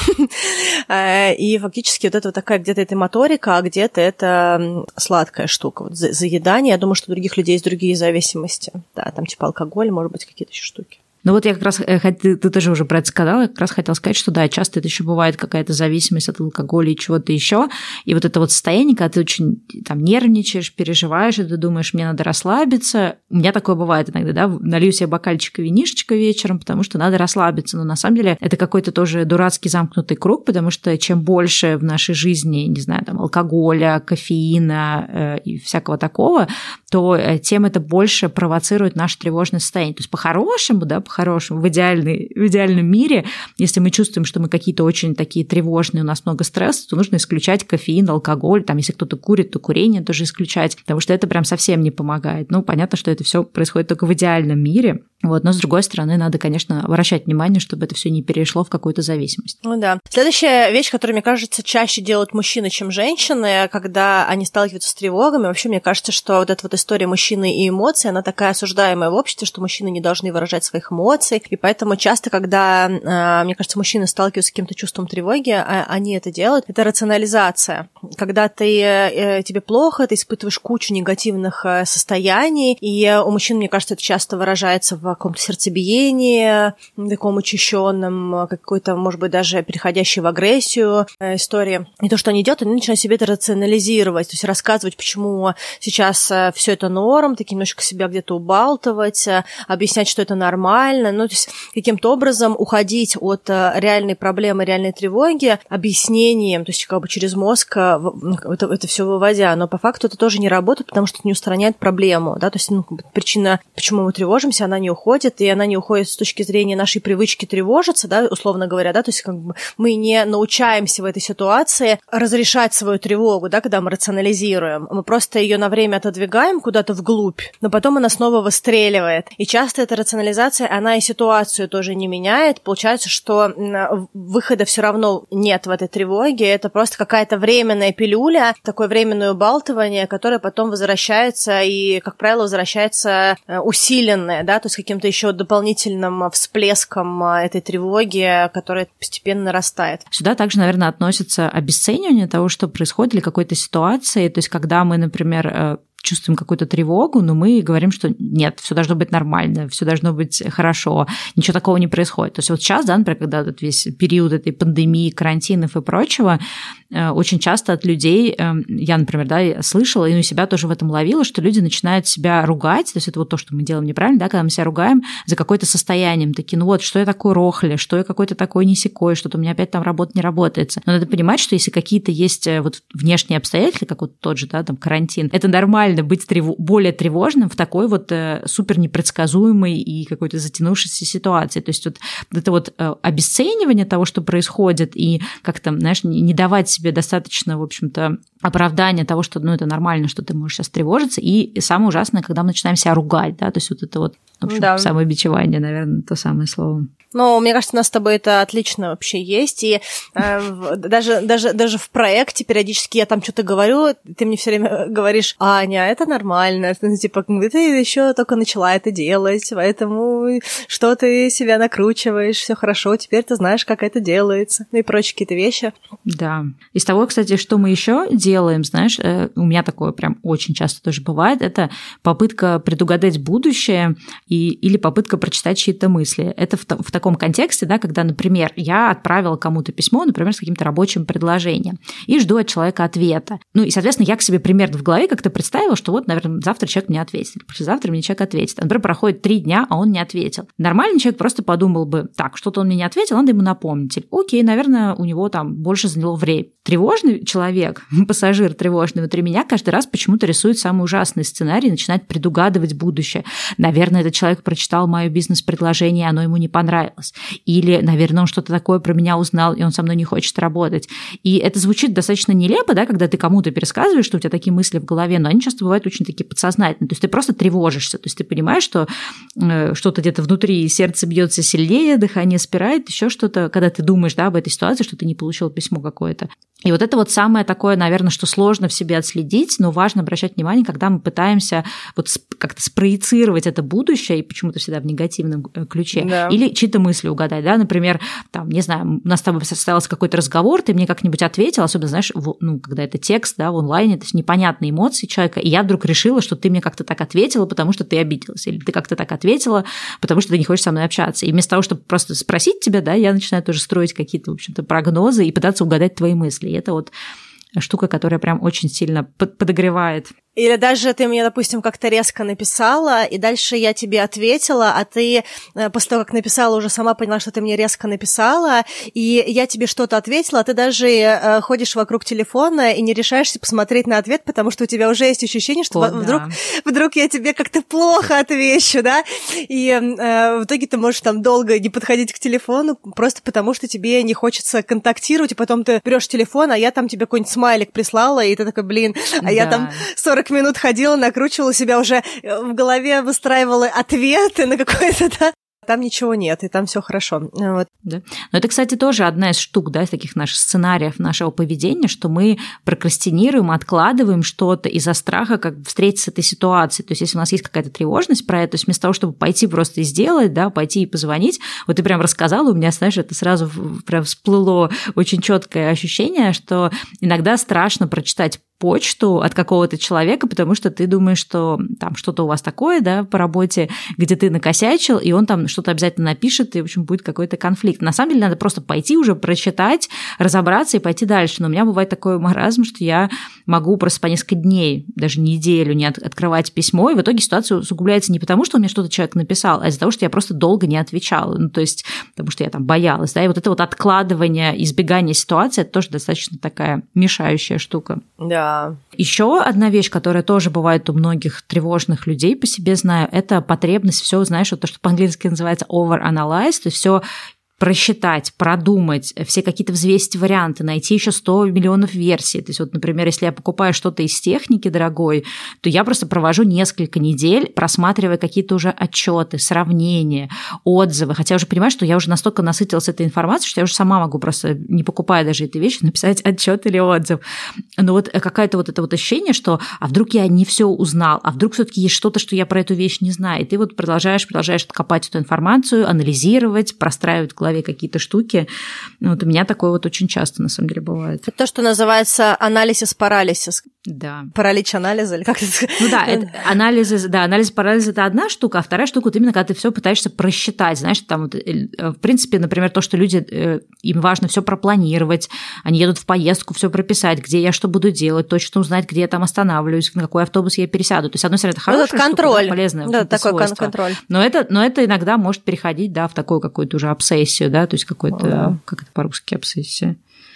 B: и фактически вот это вот такая где-то эта моторика, а где-то это сладкая штука. Вот заедание, я думаю, что у других людей есть другие зависимости. Да, там типа алкоголь, может быть, какие-то еще штуки.
A: Ну вот я как раз, ты тоже уже про это сказала, я как раз хотела сказать, что да, часто это еще бывает какая-то зависимость от алкоголя и чего-то еще, и вот это вот состояние, когда ты очень там нервничаешь, переживаешь, и ты думаешь, мне надо расслабиться, у меня такое бывает иногда, да, налью себе бокальчика винишечка вечером, потому что надо расслабиться, но на самом деле это какой-то тоже дурацкий замкнутый круг, потому что чем больше в нашей жизни, не знаю, там алкоголя, кофеина и всякого такого, то тем это больше провоцирует наше тревожное состояние. То есть по-хорошему, да, хорошем, в идеальном мире, если мы чувствуем, что мы какие-то очень такие тревожные, у нас много стресса, то нужно исключать кофеин, алкоголь, там, если кто-то курит, то курение тоже исключать, потому что это прям совсем не помогает. Ну, понятно, что это все происходит только в идеальном мире, вот, но, с другой стороны, надо, конечно, обращать внимание, чтобы это все не перешло в какую-то зависимость.
B: Ну да. Следующая вещь, которую, мне кажется, чаще делают мужчины, чем женщины, когда они сталкиваются с тревогами. Вообще, мне кажется, что вот эта вот история мужчины и эмоций, она такая осуждаемая в обществе, что мужчины не должны выражать своих эмоций. И поэтому часто, когда, мне кажется, мужчины сталкиваются с каким-то чувством тревоги, они это делают, это рационализация. Когда тебе плохо, ты испытываешь кучу негативных состояний, и у мужчин, мне кажется, это часто выражается в каком-то сердцебиении, таком учащенном, какой-то, может быть, даже переходящей в агрессию истории. И то, что они делают, они начинают себе это рационализировать, то есть рассказывать, почему сейчас все это норм, таки немножко себя где-то убалтывать, объяснять, что это нормально, ну, то есть каким-то образом уходить от реальной проблемы, реальной тревоги объяснением, то есть как бы через мозг это все выводя, но по факту это тоже не работает, потому что это не устраняет проблему, да, то есть причина, почему мы тревожимся, она не уходит, и она не уходит с точки зрения нашей привычки тревожиться, да, условно говоря, да, то есть как бы мы не научаемся в этой ситуации разрешать свою тревогу, да, когда мы рационализируем, мы просто ее на время отодвигаем куда-то вглубь, но потом она снова выстреливает, и часто эта рационализация, она и ситуацию тоже не меняет, получается, что выхода все равно нет в этой тревоге, это просто какая-то временная пилюля, такое временное убалтывание, которое потом возвращается и, как правило, возвращается усиленное, да, то есть каким-то еще дополнительным всплеском этой тревоги, которая постепенно нарастает.
A: Сюда также, наверное, относится обесценивание того, что происходит, или какой-то ситуации, то есть когда мы, например, чувствуем какую-то тревогу, но мы говорим, что нет, все должно быть нормально, все должно быть хорошо, ничего такого не происходит. То есть вот сейчас, да, например, когда этот весь период этой пандемии, карантинов и прочего, очень часто от людей, я, например, да, слышала, и у себя тоже в этом ловила, что люди начинают себя ругать, то есть это вот то, что мы делаем неправильно, да, когда мы себя ругаем за какое-то состоянием, такие, ну вот, что я такой рохля, что я какой-то такой несекой, что-то у меня опять там работа не работает. Но надо понимать, что если какие-то есть вот внешние обстоятельства, как вот тот же, да, там, карантин, это нормально быть более тревожным в такой вот супер непредсказуемой и какой-то затянувшейся ситуации. То есть вот это вот обесценивание того, что происходит, и как-то, знаешь, не давать себе достаточно, в общем-то, оправдания того, что, ну, это нормально, что ты можешь сейчас тревожиться, и самое ужасное, когда мы начинаем себя ругать, да, то есть вот это вот, в общем, да, самобичевание, наверное, то самое слово.
B: Ну, мне кажется, у нас с тобой это отлично вообще есть, и даже в проекте периодически я там что-то говорю, ты мне все время говоришь: Аня, это нормально, типа, ты еще только начала это делать, поэтому что ты себя накручиваешь, все хорошо, теперь ты знаешь, как это делается, ну и прочие какие-то вещи.
A: Да. Из того, кстати, что мы еще делаем, знаешь, у меня такое прям очень часто тоже бывает, это попытка предугадать будущее или попытка прочитать чьи-то мысли. Это в таком контексте, да, когда, например, я отправила кому-то письмо, например, с каким-то рабочим предложением, и жду от человека ответа. Ну и, соответственно, я к себе примерно в голове как-то представила, что вот, наверное, завтра человек мне ответит, или послезавтра мне человек ответит. Например, проходит 3 дня, а он не ответил. Нормальный человек просто подумал бы: так, что-то он мне не ответил, надо ему напомнить. Или, окей, наверное, у него там больше заняло время. Тревожный человек, пассажир тревожный внутри меня каждый раз почему-то рисует самый ужасный сценарий и начинает предугадывать будущее. Наверное, этот человек прочитал мое бизнес-предложение, и оно ему не понравилось. Или, наверное, он что-то такое про меня узнал, и он со мной не хочет работать. И это звучит достаточно нелепо, да, когда ты кому-то пересказываешь, что у тебя такие мысли в голове, но они часто бывают очень такие подсознательные. То есть ты просто тревожишься, то есть ты понимаешь, что что-то где-то внутри, сердце бьется сильнее, дыхание спирает, еще что-то, когда ты думаешь, да, об этой ситуации, что ты не получил письмо какое-то. И вот это вот самое такое, наверное, что сложно в себе отследить, но важно обращать внимание, когда мы пытаемся вот как-то спроецировать это будущее, и почему-то всегда в негативном ключе, да, или чьи-то мысли угадать, да, например, там, не знаю, у нас с тобой состоялся какой-то разговор, ты мне как-нибудь ответил, особенно, знаешь, ну, когда это текст, да, в онлайне, то есть непонятные эмоции человека, и я вдруг решила, что ты мне как-то так ответила, потому что ты обиделась, или ты как-то так ответила, потому что ты не хочешь со мной общаться. И вместо того, чтобы просто спросить тебя, да, я начинаю тоже строить какие-то, в общем-то, прогнозы и пытаться угадать твои мысли. И это вот штука, которая прям очень сильно подогревает
B: Или даже ты мне, допустим, как-то резко написала, и дальше я тебе ответила, а ты после того, как написала, уже сама поняла, что ты мне резко написала, и я тебе что-то ответила, а ты даже ходишь вокруг телефона и не решаешься посмотреть на ответ, потому что у тебя уже есть ощущение, что вдруг я тебе как-то плохо отвечу, да, и в итоге ты можешь там долго не подходить к телефону, просто потому что тебе не хочется контактировать, и потом ты берешь телефон, а я там тебе какой-нибудь смайлик прислала, и ты такой, блин, я там 40 минут ходила, накручивала себя, уже в голове выстраивала ответы на какой-то, да, там ничего нет, и там все хорошо. Вот.
A: Да. Но это, кстати, тоже одна из штук, да, из таких наших сценариев нашего поведения, что мы прокрастинируем, откладываем что-то из-за страха, как встретиться с этой ситуацией. То есть, если у нас есть какая-то тревожность про это, то есть вместо того, чтобы пойти просто и сделать, да, пойти и позвонить, вот ты прям рассказала, у меня, знаешь, это сразу прям всплыло очень четкое ощущение, что иногда страшно прочитать почту от какого-то человека, потому что ты думаешь, что там что-то у вас такое, да, по работе, где ты накосячил, и он там что-то обязательно напишет, и, в общем, будет какой-то конфликт. На самом деле надо просто пойти уже, прочитать, разобраться и пойти дальше. Но у меня бывает такой маразм, что я могу просто по несколько дней, даже неделю не открывать письмо, и в итоге ситуация усугубляется не потому, что мне что-то человек написал, а из-за того, что я просто долго не отвечала. Ну, то есть, потому что я там боялась, да, и вот это вот откладывание, избегание ситуации, это тоже достаточно такая мешающая штука.
B: Да.
A: Еще одна вещь, которая тоже бывает у многих тревожных людей, по себе знаю, это потребность все, знаешь, вот то, что по-английски называется overanalyze, то есть все просчитать, продумать, все какие-то взвесить варианты, найти еще 100 миллионов версий. То есть вот, например, если я покупаю что-то из техники дорогой, то я просто провожу несколько недель, просматривая какие-то уже отчеты, сравнения, отзывы. Хотя я уже понимаю, что я уже настолько насытилась этой информацией, что я уже сама могу просто, не покупая даже эти вещи, написать отчет или отзыв. Но вот какое-то вот это вот ощущение, что а вдруг я не все узнал, а вдруг все-таки есть что-то, что я про эту вещь не знаю. И ты вот продолжаешь копать эту информацию, анализировать, простраивать в голове какие-то штуки. Вот у меня такое вот очень часто, на самом деле, бывает.
B: Это то, что называется анализ-парализис.
A: Да.
B: Паралич анализа, или как это?
A: Ну да, анализ-парализ – это одна штука, а вторая штука – вот именно когда ты все пытаешься просчитать. Знаешь, там вот, в принципе, например, то, что люди, им важно все пропланировать, они едут в поездку, все прописать, где я что буду делать, точно узнать, где я там останавливаюсь, на какой автобус я пересяду. То есть, с одной стороны, это хорошая штука, контроль. Да, полезная,
B: да, такой
A: свойство.
B: Контроль.
A: Но это иногда может переходить, да, в такую какую-то уже обсессию, да, то есть какой-то, как это по-русски, обсессия?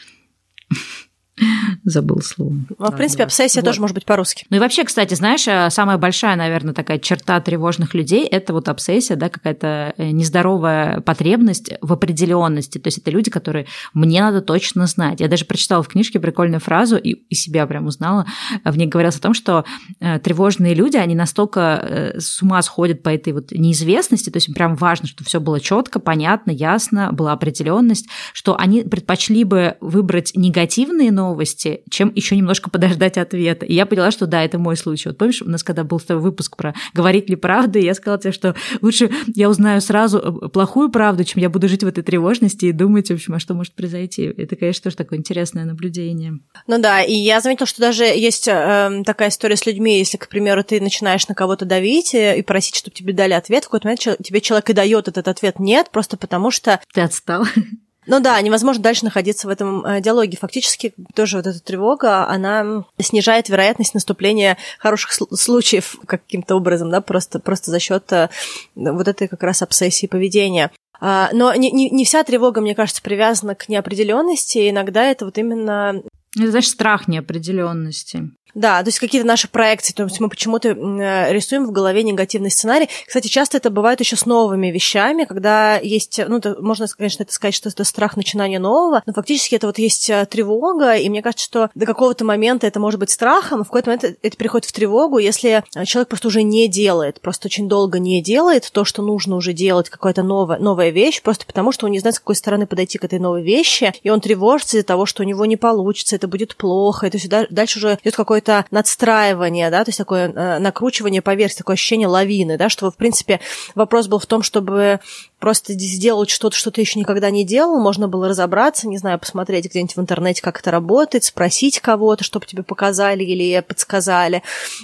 A: Забыл слово.
B: Ну, в принципе, обсессия тоже может быть по-русски.
A: Ну и вообще, кстати, знаешь, самая большая, наверное, такая черта тревожных людей – это вот обсессия, да, какая-то нездоровая потребность в определенности. То есть это люди, которые мне надо точно знать. Я даже прочитала в книжке прикольную фразу и себя прям узнала. В ней говорилось о том, что тревожные люди, они настолько с ума сходят по этой вот неизвестности, то есть им прям важно, чтобы все было четко, понятно, ясно, была определенность, что они предпочли бы выбрать негативные новости, чем еще немножко подождать ответа. И я поняла, что да, это мой случай. Вот помнишь, у нас когда был с тобой выпуск про «Говорит ли правда», я сказала тебе, что лучше я узнаю сразу плохую правду, чем я буду жить в этой тревожности и думать, в общем, а что может произойти. Это, конечно, тоже такое интересное наблюдение.
B: Ну да, и я заметила, что даже есть такая история с людьми, если, к примеру, ты начинаешь на кого-то давить и просить, чтобы тебе дали ответ, в какой-то момент тебе человек и дает этот ответ «нет», просто потому что…
A: Ты отстал.
B: Ну да, невозможно дальше находиться в этом диалоге. Фактически тоже вот эта тревога, она снижает вероятность наступления хороших случаев каким-то образом, да, просто за счет вот этой как раз обсессии поведения. Но не вся тревога, мне кажется, привязана к неопределенности. Иногда это вот именно…
A: Это, значит, страх неопределенности.
B: Да, то есть какие-то наши проекции, то есть мы почему-то рисуем в голове негативный сценарий. Кстати, часто это бывает еще с новыми вещами, когда есть, ну, можно, конечно, это сказать, что это страх начинания нового, но фактически это вот есть тревога, и мне кажется, что до какого-то момента это может быть страхом, а в какой-то момент это переходит в тревогу, если человек просто уже не делает, просто очень долго не делает то, что нужно уже делать, какая-то новая вещь, просто потому что он не знает, с какой стороны подойти к этой новой вещи, и он тревожится из-за того, что у него не получится, это будет плохо, и то есть дальше уже идет какой-то надстраивание, да, то есть такое накручивание по версии, такое ощущение лавины, да, что, в принципе, вопрос был в том, чтобы просто сделать что-то, что ты еще никогда не делал, можно было разобраться, не знаю, посмотреть где-нибудь в интернете, как это работает, спросить кого-то, чтобы тебе показали или подсказали,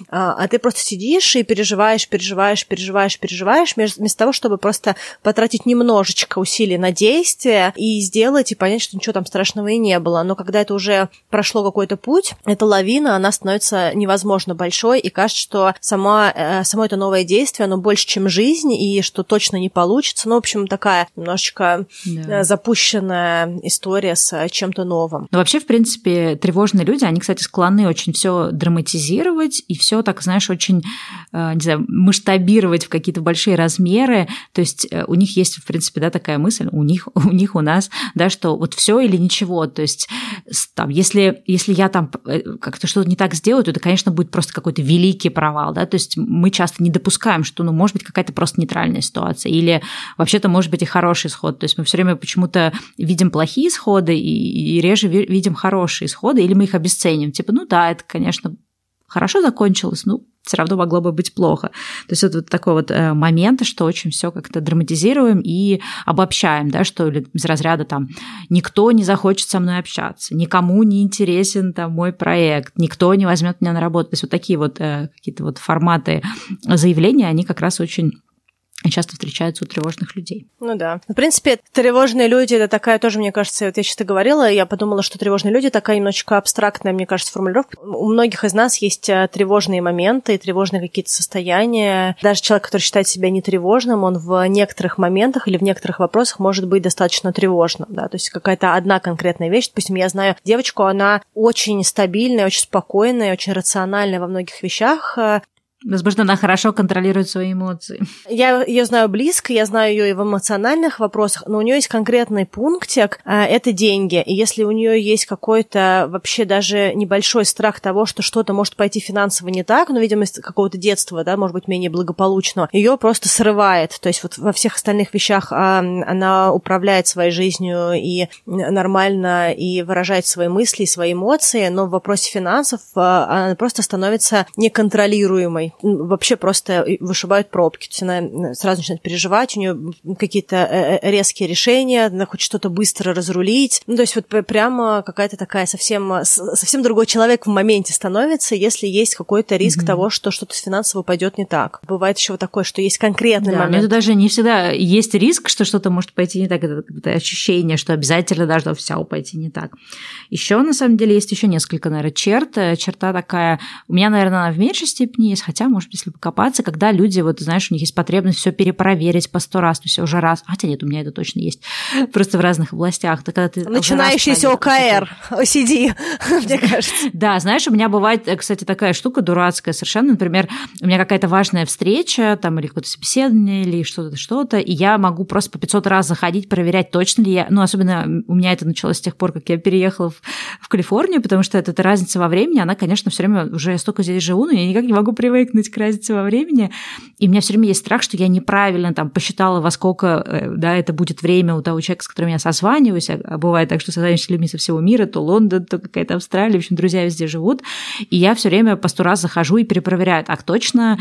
B: а ты просто сидишь и переживаешь, вместо того, чтобы просто потратить немножечко усилий на действие и сделать, и понять, что ничего там страшного и не было. Но когда это уже прошло какой-то путь, эта лавина, она становится невозможно большой, и кажется, что само это новое действие, оно больше, чем жизнь, и что точно не получится. Ну, в общем, такая немножечко запущенная история с чем-то новым.
A: Но вообще, в принципе, тревожные люди, они, кстати, склонны очень все драматизировать и все так, знаешь, очень, не знаю, масштабировать в какие-то большие размеры. То есть у них есть, в принципе, да, такая мысль, у нас, да, что вот все или ничего. То есть там, если я там как-то что-то не так сделаю, то это, конечно, будет просто какой-то великий провал, да. То есть мы часто не допускаем, что, ну, может быть, какая-то просто нейтральная ситуация или вообще-то может быть и хороший исход. То есть мы все время почему-то видим плохие исходы и реже видим хорошие исходы, или мы их обесценим. Типа, ну да, это, конечно, хорошо закончилось, ну, все равно могло бы быть плохо. То есть вот такой вот момент, что очень все как-то драматизируем и обобщаем, да, что из разряда там никто не захочет со мной общаться, никому не интересен там мой проект, никто не возьмет меня на работу. То есть вот такие вот какие-то вот форматы заявления, они как раз очень часто встречаются у тревожных людей.
B: Ну да. В принципе, тревожные люди — это такая тоже, мне кажется, вот я часто говорила, я подумала, что тревожные люди — такая немножечко абстрактная, мне кажется, формулировка. У многих из нас есть тревожные моменты, тревожные какие-то состояния. Даже человек, который считает себя нетревожным, он в некоторых моментах или в некоторых вопросах может быть достаточно тревожным, да, то есть какая-то одна конкретная вещь. Допустим, я знаю девочку, она очень стабильная, очень спокойная, очень рациональная во многих вещах.
A: Возможно, она хорошо контролирует свои эмоции.
B: Я ее знаю близко, я знаю ее и в эмоциональных вопросах, но у нее есть конкретный пунктик – это деньги. И если у нее есть какой-то вообще даже небольшой страх того, что что-то может пойти финансово не так, ну, видимо, из какого-то детства, да, может быть, менее благополучного, ее просто срывает. То есть вот во всех остальных вещах она управляет своей жизнью и нормально, и выражает свои мысли, свои эмоции, но в вопросе финансов она просто становится неконтролируемой. Вообще просто вышибают пробки. То есть она сразу начинает переживать, у нее какие-то резкие решения, она хочет что-то быстро разрулить. Ну, то есть вот прямо какая-то такая совсем другой человек в моменте становится, если есть какой-то риск того, что что-то финансово пойдет не так. Бывает еще вот такое, что есть конкретный момент.
A: Но это даже не всегда есть риск, что что-то может пойти не так. Это ощущение, что обязательно должно все пойти не так. Еще, на самом деле, есть еще несколько, наверное, черт. Черта такая, у меня, наверное, она в меньшей степени есть, хотя, может быть, если покопаться, когда люди, вот, знаешь, у них есть потребность все перепроверить по 100 раз, то есть уже раз, хотя нет, у меня это точно есть, просто в разных областях. Когда ты
B: начинающийся ОКР, OCD, мне кажется.
A: Да, знаешь, у меня бывает, кстати, такая штука дурацкая совершенно, например, у меня какая-то важная встреча, там, или какое-то собеседование, или что-то, и я могу просто по 500 раз заходить, проверять, точно ли я, ну, особенно у меня это началось с тех пор, как я переехала в Калифорнию, потому что эта разница во времени, она, конечно, все время, уже я столько здесь живу, но я никак не могу привыкнуть к разнице во времени, и у меня все время есть страх, что я неправильно там посчитала, во сколько, да, это будет время у того человека, с которым я созваниваюсь, а бывает так, что созваниваюсь с людьми со всего мира, то Лондон, то какая-то Австралия, в общем, друзья везде живут, и я все время по 100 раз захожу и перепроверяю, так точно,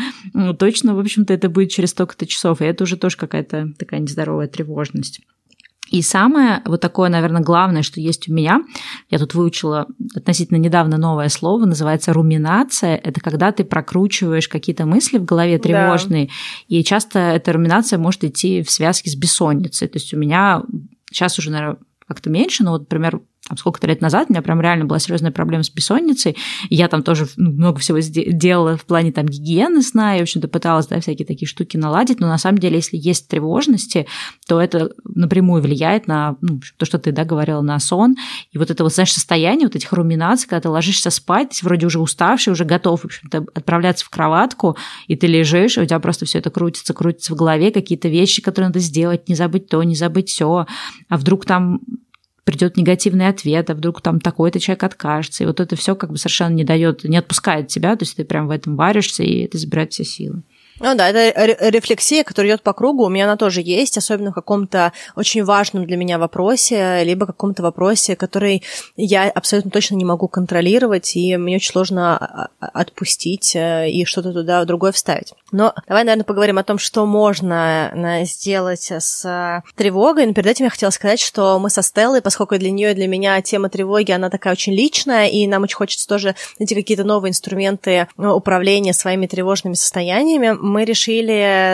A: в общем-то, это будет через столько-то часов, и это уже тоже какая-то такая нездоровая тревожность. И самое вот такое, наверное, главное, что есть у меня, я тут выучила относительно недавно новое слово, называется руминация. Это когда ты прокручиваешь какие-то мысли в голове тревожные, да. И часто эта руминация может идти в связке с бессонницей. То есть у меня сейчас уже, наверное, как-то меньше, но вот, например, там, сколько-то лет назад у меня прям реально была серьезная проблема с бессонницей, и я там тоже много всего делала в плане там гигиены сна, и, в общем-то, пыталась, да, всякие такие штуки наладить, но на самом деле, если есть тревожности, то это напрямую влияет на то, что ты, да, говорила, на сон, и вот это вот, знаешь, состояние вот этих руминаций, когда ты ложишься спать, вроде уже уставший, уже готов, в общем-то, отправляться в кроватку, и ты лежишь, и у тебя просто все это крутится в голове, какие-то вещи, которые надо сделать, не забыть то, не забыть сё, а вдруг там придет негативный ответ, а вдруг там такой-то человек откажется. И вот это все как бы совершенно не отпускает тебя, то есть ты прям в этом варишься, и это забирает все силы.
B: Ну да, это рефлексия, которая идет по кругу, у меня она тоже есть, особенно в каком-то очень важном для меня вопросе, либо каком-то вопросе, который я абсолютно точно не могу контролировать, и мне очень сложно отпустить и что-то туда другое вставить. Но давай, наверное, поговорим о том, что можно сделать с тревогой. Но перед этим я хотела сказать, что мы со Стеллой, поскольку для нее и для меня тема тревоги, она такая очень личная, и нам очень хочется тоже найти какие-то новые инструменты управления своими тревожными состояниями, мы решили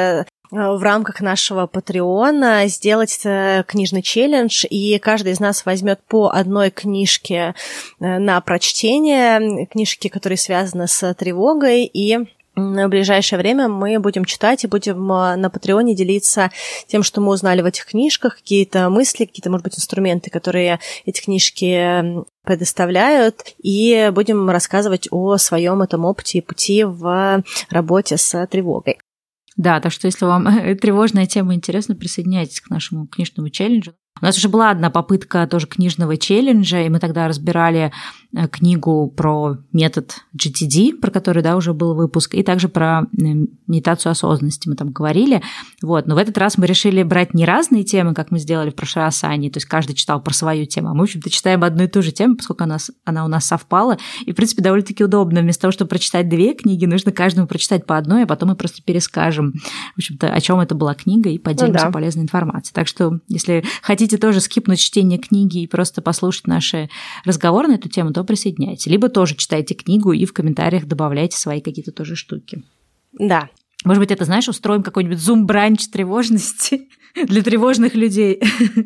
B: в рамках нашего Патреона сделать книжный челлендж, и каждый из нас возьмет по одной книжке на прочтение, книжки, которые связаны с тревогой, и в ближайшее время мы будем читать и будем на Патреоне делиться тем, что мы узнали в этих книжках, какие-то мысли, какие-то, может быть, инструменты, которые эти книжки предоставляют, и будем рассказывать о своем этом опыте и пути в работе с тревогой.
A: Да, так что если вам тревожная тема интересна, присоединяйтесь к нашему книжному челленджу. У нас уже была одна попытка тоже книжного челленджа, и мы тогда разбирали книгу про метод GTD, про который, да, уже был выпуск, и также про медитацию осознанности мы там говорили. Вот. Но в этот раз мы решили брать не разные темы, как мы сделали в прошлый раз с Аней, то есть каждый читал про свою тему, а мы, в общем-то, читаем одну и ту же тему, поскольку она у нас совпала, и, в принципе, довольно-таки удобно. Вместо того, чтобы прочитать 2 книги, нужно каждому прочитать по одной, а потом мы просто перескажем, в общем-то, о чем это была книга, и поделимся полезной информацией. Так что, если хотите тоже скипнуть чтение книги и просто послушать наши разговоры на эту тему, то присоединяйтесь. Либо тоже читайте книгу и в комментариях добавляйте свои какие-то тоже штуки.
B: Да.
A: Может быть, это, знаешь, устроим какой-нибудь зум-бранч тревожности для тревожных людей.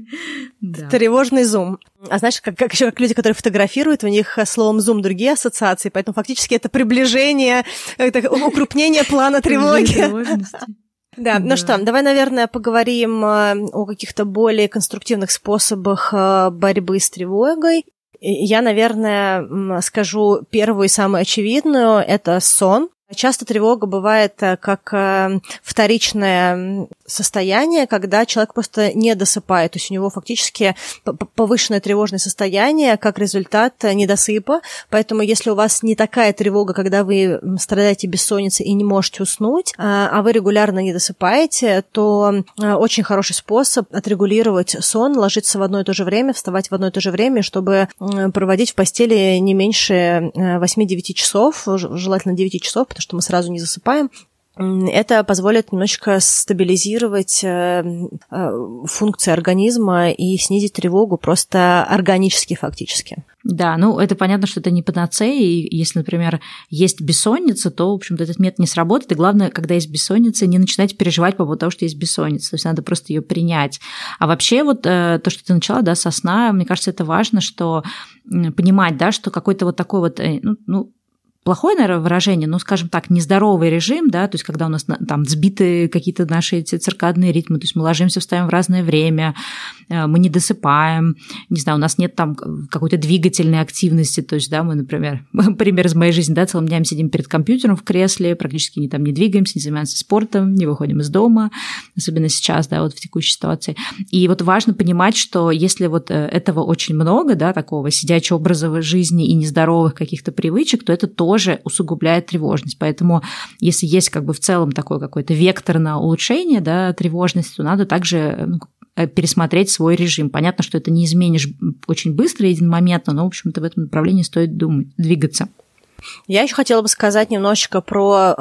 B: Тревожный зум. А знаешь, как люди, которые фотографируют, у них словом зум другие ассоциации, поэтому фактически это приближение, это укрупнение плана тревоги. Да, ну что, давай, наверное, поговорим о каких-то более конструктивных способах борьбы с тревогой. Я, наверное, скажу первую и самую очевидную – это сон. Часто тревога бывает как вторичное состояние, когда человек просто не досыпает, то есть у него фактически повышенное тревожное состояние как результат недосыпа, поэтому если у вас не такая тревога, когда вы страдаете бессонницей и не можете уснуть, а вы регулярно не досыпаете, то очень хороший способ отрегулировать сон, ложиться в одно и то же время, вставать в одно и то же время, чтобы проводить в постели не меньше 8-9 часов, желательно 9 часов, потому что мы сразу не засыпаем. Это позволит немножечко стабилизировать функции организма и снизить тревогу просто органически, фактически.
A: Да, ну это понятно, что это не панацея, и если, например, есть бессонница, то, в общем-то, этот метод не сработает, и главное, когда есть бессонница, не начинать переживать по поводу того, что есть бессонница, то есть надо просто ее принять. А вообще вот то, что ты начала, да, со сна, мне кажется, это важно, что понимать, да, что какой-то вот такой вот, плохое, наверное, выражение, но, скажем так, нездоровый режим, да, то есть когда у нас там сбиты какие-то наши эти циркадные ритмы, то есть мы ложимся, встаем в разное время, мы не досыпаем, не знаю, у нас нет там какой-то двигательной активности, то есть, да, мы, например, пример из моей жизни, да, целым днем сидим перед компьютером в кресле, практически не двигаемся, не занимаемся спортом, не выходим из дома, особенно сейчас, да, вот в текущей ситуации. И вот важно понимать, что если вот этого очень много, да, такого сидячего образа жизни и нездоровых каких-то привычек, то это тоже усугубляет тревожность. Поэтому если есть как бы в целом такой какой-то вектор на улучшение, да, тревожности, то надо также пересмотреть свой режим. Понятно, что это не изменишь очень быстро и единомоментно, но, в общем-то, в этом направлении стоит двигаться.
B: Я еще хотела бы сказать немножечко про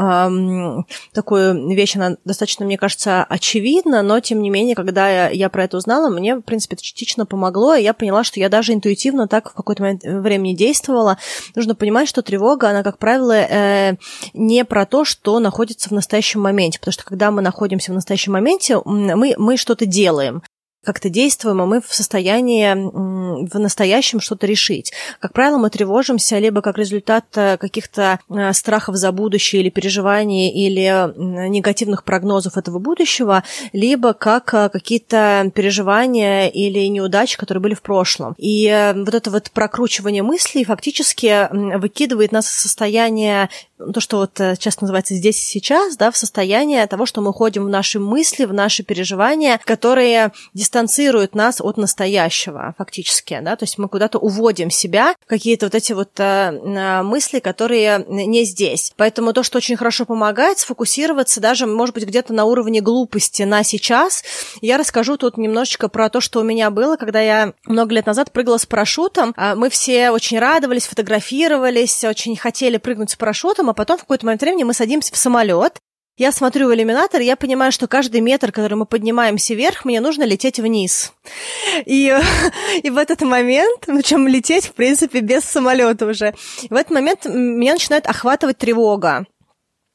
B: такую вещь, она достаточно, мне кажется, очевидна, но, тем не менее, когда я про это узнала, мне, в принципе, это частично помогло, и я поняла, что я даже интуитивно так в какой-то момент времени действовала. Нужно понимать, что тревога, она, как правило, не про то, что находится в настоящем моменте, потому что, когда мы находимся в настоящем моменте, мы что-то делаем. Как-то действуем, а мы в состоянии в настоящем что-то решить. Как правило, мы тревожимся либо как результат каких-то страхов за будущее или переживаний, или негативных прогнозов этого будущего, либо как какие-то переживания или неудачи, которые были в прошлом. И вот это вот прокручивание мыслей фактически выкидывает нас в состояние, то, что вот часто называется «здесь и сейчас», да, в состояние того, что мы ходим в наши мысли, в наши переживания, которые дистанцируют нас от настоящего фактически, да, то есть мы куда-то уводим себя, какие-то вот эти вот мысли, которые не здесь. Поэтому то, что очень хорошо помогает, сфокусироваться даже, может быть, где-то на уровне глупости на сейчас. Я расскажу тут немножечко про то, что у меня было, когда я много лет назад прыгала с парашютом. Мы все очень радовались, фотографировались, очень хотели прыгнуть с парашютом, а потом в какой-то момент времени мы садимся в самолет. Я смотрю в иллюминатор, и я понимаю, что каждый метр, который мы поднимаемся вверх, мне нужно лететь вниз. И в этот момент, чем лететь, в принципе, без самолета уже, в этот момент меня начинает охватывать тревога.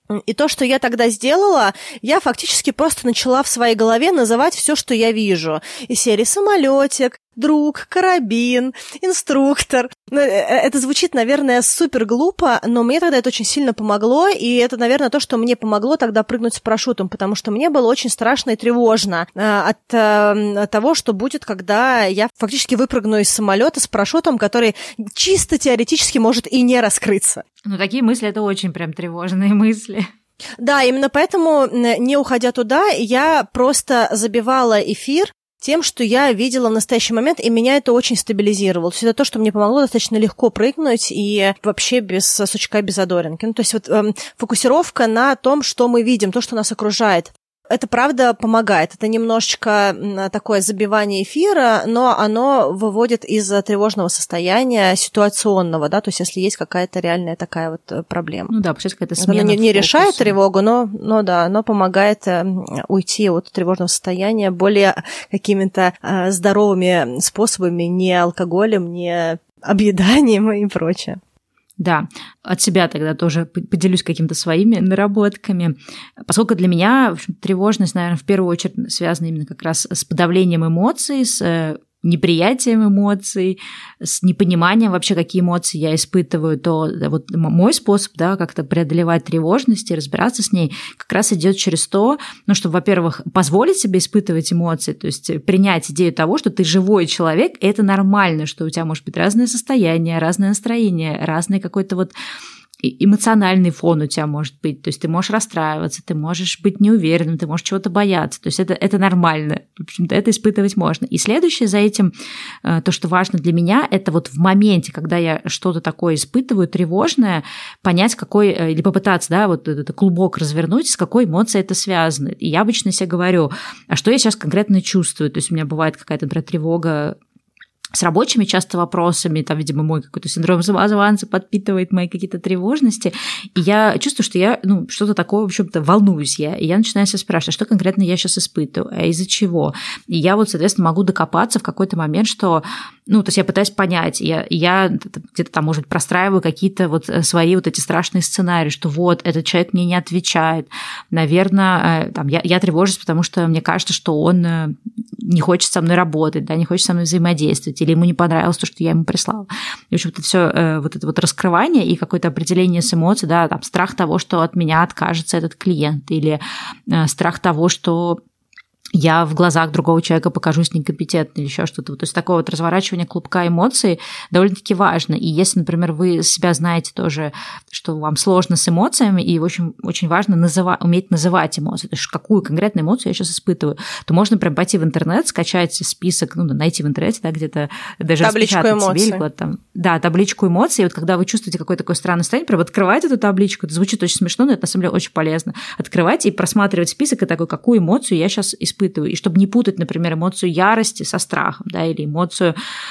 B: И то, что я тогда сделала, я фактически просто начала в своей голове называть все, что я вижу. Из серии самолетик, друг, карабин, инструктор. Это звучит, наверное, супер глупо, но мне тогда это очень сильно помогло, и это, наверное, то, что мне помогло тогда прыгнуть с парашютом, потому что мне было очень страшно и тревожно от того, что будет, когда я фактически выпрыгну из самолета с парашютом, который чисто теоретически может и не раскрыться.
A: Ну, такие мысли – это очень прям тревожные мысли.
B: Да, именно поэтому, не уходя туда, я просто забивала эфир тем, что я видела в настоящий момент, и меня это очень стабилизировало. То есть это то, что мне помогло достаточно легко прыгнуть и вообще без сучка, без задоринки. Ну, то есть вот фокусировка на том, что мы видим, то, что нас окружает. Это, правда, помогает. Это немножечко такое забивание эфира, но оно выводит из тревожного состояния ситуационного, да, то есть если есть какая-то реальная такая вот проблема.
A: Ну да, получается какая-то смена
B: она не решает тревогу, но да, оно помогает уйти от тревожного состояния более какими-то здоровыми способами, не алкоголем, не объеданием и прочее.
A: Да, от себя тогда тоже поделюсь какими-то своими наработками. Поскольку для меня, в общем, тревожность, наверное, в первую очередь связана именно как раз с подавлением эмоций, с неприятием эмоций, с непониманием вообще, какие эмоции я испытываю, то вот мой способ, да, как-то преодолевать тревожность и разбираться с ней как раз идет через то, ну, чтобы, во-первых, позволить себе испытывать эмоции, то есть принять идею того, что ты живой человек, и это нормально, что у тебя может быть разное состояние, разное настроение, разный какой-то вот эмоциональный фон у тебя может быть, то есть ты можешь расстраиваться, ты можешь быть неуверенным, ты можешь чего-то бояться, то есть это нормально, в общем-то, это испытывать можно. И следующее за этим, то, что важно для меня, это вот в моменте, когда я что-то такое испытываю, тревожное, понять, какой, или попытаться, да, вот этот клубок развернуть, с какой эмоцией это связано. И я обычно себе говорю, а что я сейчас конкретно чувствую, то есть у меня бывает какая-то, например, тревога с рабочими часто вопросами, там, видимо, мой какой-то синдром самозванца подпитывает мои какие-то тревожности, и я чувствую, что я, что-то такое, в общем-то, волнуюсь я, и я начинаю себя спрашивать, что конкретно я сейчас испытываю, а из-за чего? И я вот, соответственно, могу докопаться в какой-то момент, что, то есть я пытаюсь понять, я где-то там, может быть, простраиваю какие-то вот свои вот эти страшные сценарии, что вот, этот человек мне не отвечает, наверное, там, я тревожусь, потому что мне кажется, что он не хочет со мной работать, да, не хочет со мной взаимодействовать, или ему не понравилось то, что я ему прислала. И, в общем-то, все вот это вот раскрывание и какое-то определение с эмоций, да, там, страх того, что от меня откажется этот клиент, или страх того, что я в глазах другого человека покажусь некомпетентной или еще что-то. То есть такое вот разворачивание клубка эмоций довольно-таки важно. И если, например, вы себя знаете тоже, что вам сложно с эмоциями, и очень, очень важно уметь называть эмоции, то есть какую конкретную эмоцию я сейчас испытываю, то можно прям пойти в интернет, скачать список, найти в интернете, да, где-то даже
B: табличку эмоций.
A: Себе, там, да, табличку эмоций. И вот когда вы чувствуете какое-то такое странное состояние, прям открывайте эту табличку. Это звучит очень смешно, но это на самом деле очень полезно. Открывать и просматривать список и такой, какую эмоцию я сейчас испытываю. И чтобы не путать, например, эмоцию ярости со страхом, да, или эмоцию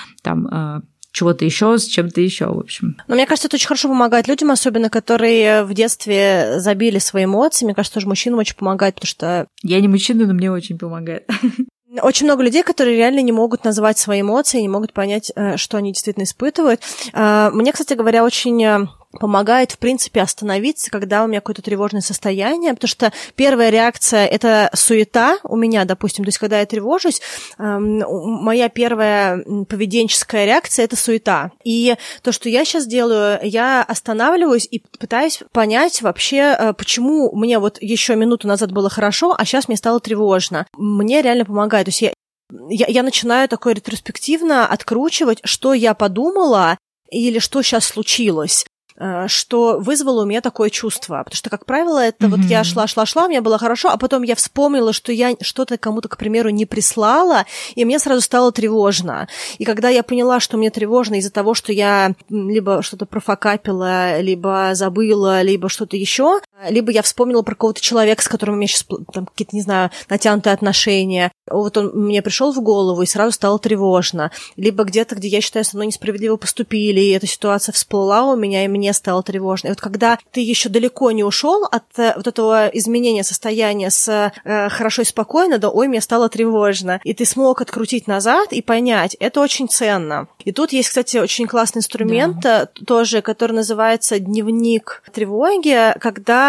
A: там чего-то еще с чем-то еще, в общем.
B: Но мне кажется, это очень хорошо помогает людям, особенно которые в детстве забили свои эмоции. Мне кажется, тоже мужчинам очень помогает, потому что...
A: Я не мужчина, но мне очень помогает.
B: Очень много людей, которые реально не могут назвать свои эмоции, не могут понять, что они действительно испытывают. Мне, кстати говоря, очень помогает, в принципе, остановиться, когда у меня какое-то тревожное состояние, потому что первая реакция – это суета у меня, допустим, то есть когда я тревожусь, моя первая поведенческая реакция – это суета. И то, что я сейчас делаю, я останавливаюсь и пытаюсь понять вообще, почему мне вот еще минуту назад было хорошо, а сейчас мне стало тревожно. Мне реально помогает. То есть я начинаю такое ретроспективно откручивать, что я подумала или что сейчас случилось, что вызвало у меня такое чувство. Потому что, как правило, это вот я шла, мне было хорошо, а потом я вспомнила, что я что-то кому-то, к примеру, не прислала, и мне сразу стало тревожно. И когда я поняла, что мне тревожно из-за того, что я либо что-то профокапила, либо забыла, либо что-то еще, либо я вспомнила про какого-то человека, с которым у меня сейчас там какие-то, не знаю, натянутые отношения. Вот он мне пришел в голову, и сразу стало тревожно. Либо где-то, где я считаю, со мной несправедливо поступили, и эта ситуация всплыла у меня, и мне стало тревожно. И вот когда ты еще далеко не ушел от вот этого изменения состояния с хорошо и спокойно до «ой, мне стало тревожно», и ты смог открутить назад и понять, это очень ценно. И тут есть, кстати, очень классный инструмент тоже, который называется дневник тревоги, когда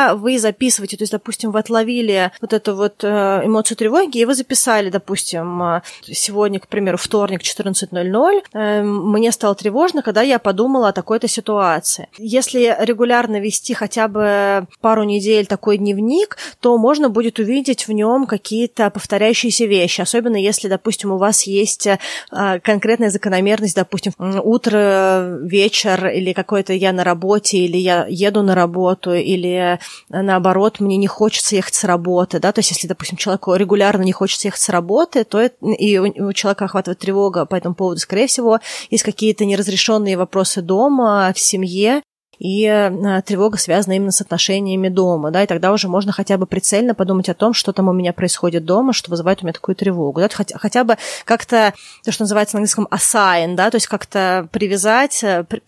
B: когда вы записываете, то есть, допустим, вы отловили вот эту вот эмоцию тревоги, и вы записали, допустим, сегодня, к примеру, вторник, 14:00, мне стало тревожно, когда я подумала о такой-то ситуации. Если регулярно вести хотя бы пару недель такой дневник, то можно будет увидеть в нем какие-то повторяющиеся вещи, особенно если, допустим, у вас есть конкретная закономерность, допустим, утро, вечер, или какой-то я на работе, или я еду на работу, или наоборот, мне не хочется ехать с работы, да, то есть если, допустим, человеку регулярно не хочется ехать с работы, то и у человека охватывает тревога по этому поводу, скорее всего, есть какие-то неразрешенные вопросы дома, в семье, и тревога связана именно с отношениями дома, да, и тогда уже можно хотя бы прицельно подумать о том, что там у меня происходит дома, что вызывает у меня такую тревогу, да, хотя бы как-то, то, что называется на английском assign, да, то есть как-то привязать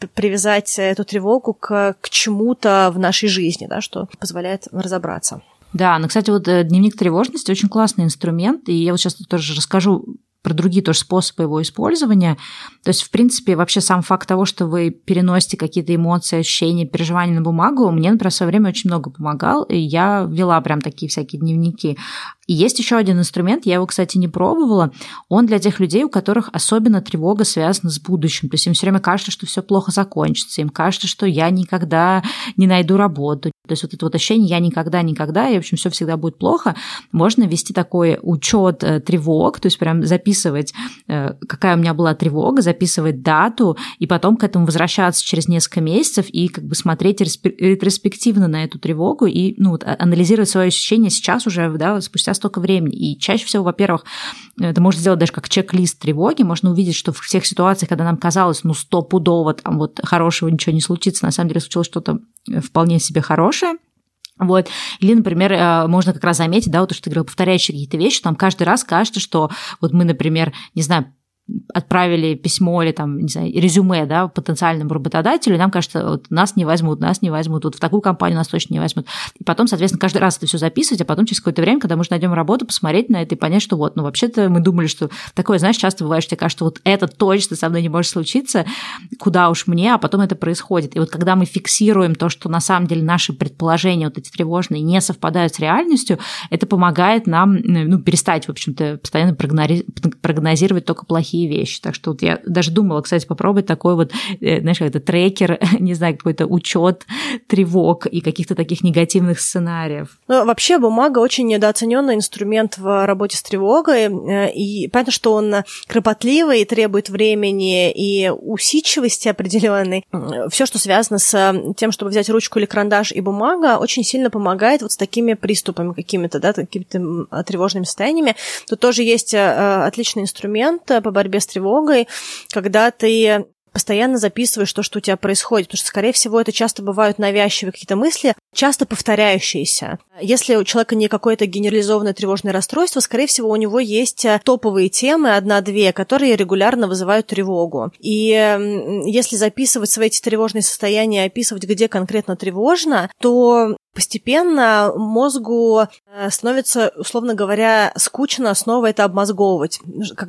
B: эту тревогу к чему-то в нашей жизни, да, что позволяет разобраться.
A: Да, но, кстати, вот дневник тревожности очень классный инструмент, и я вот сейчас тоже расскажу про другие тоже способы его использования. То есть, в принципе, вообще сам факт того, что вы переносите какие-то эмоции, ощущения, переживания на бумагу, мне, например, в свое время очень много помогал, и я вела прям такие всякие дневники. И есть еще один инструмент, я его, кстати, не пробовала, он для тех людей, у которых особенно тревога связана с будущим. То есть им все время кажется, что все плохо закончится, им кажется, что я никогда не найду работу. То есть вот это вот ощущение «я никогда, и, в общем, все всегда будет плохо». Можно вести такой учет тревог, то есть прям записывать, какая у меня была тревога, записывать дату, и потом к этому возвращаться через несколько месяцев и как бы смотреть ретроспективно на эту тревогу и анализировать свои ощущения сейчас уже, да, спустя столько времени. И чаще всего, во-первых, это можно сделать даже как чек-лист тревоги, можно увидеть, что в всех ситуациях, когда нам казалось, стопудово там вот хорошего ничего не случится, на самом деле случилось что-то вполне себе хорошее. Вот. Или, например, можно как раз заметить, да, вот то, что ты говорил, повторяющие какие-то вещи, там каждый раз кажется, что вот мы, например, не знаю, отправили письмо или там, не знаю, резюме, да, потенциальному работодателю, и нам кажется, вот нас не возьмут, вот в такую компанию нас точно не возьмут. И потом, соответственно, каждый раз это все записывать, а потом через какое-то время, когда мы уже найдем работу, посмотреть на это и понять, что вот, вообще-то мы думали, что такое, знаешь, часто бывает, что тебе кажется, что вот это точно со мной не может случиться, куда уж мне, а потом это происходит. И вот когда мы фиксируем то, что на самом деле наши предположения, вот эти тревожные, не совпадают с реальностью, это помогает нам, перестать, в общем-то, постоянно прогнозировать только плохие вещи. Так что вот я даже думала, кстати, попробовать такой вот, знаешь, как-то трекер, не знаю, какой-то учет тревог и каких-то таких негативных сценариев.
B: Вообще бумага очень недооцененный инструмент в работе с тревогой, и понятно, что он кропотливый, требует времени и усидчивости определенной. Все, что связано с тем, чтобы взять ручку или карандаш и бумага, очень сильно помогает вот с такими приступами какими-то, да, какими-то тревожными состояниями. Тут тоже есть отличный инструмент по борьбе с тревогой, когда ты постоянно записываешь то, что у тебя происходит, потому что, скорее всего, это часто бывают навязчивые какие-то мысли, часто повторяющиеся. Если у человека не какое-то генерализованное тревожное расстройство, скорее всего, у него есть топовые темы, 1-2, которые регулярно вызывают тревогу. И если записывать свои эти тревожные состояния, описывать, где конкретно тревожно, то постепенно мозгу становится, условно говоря, скучно снова это обмозговывать.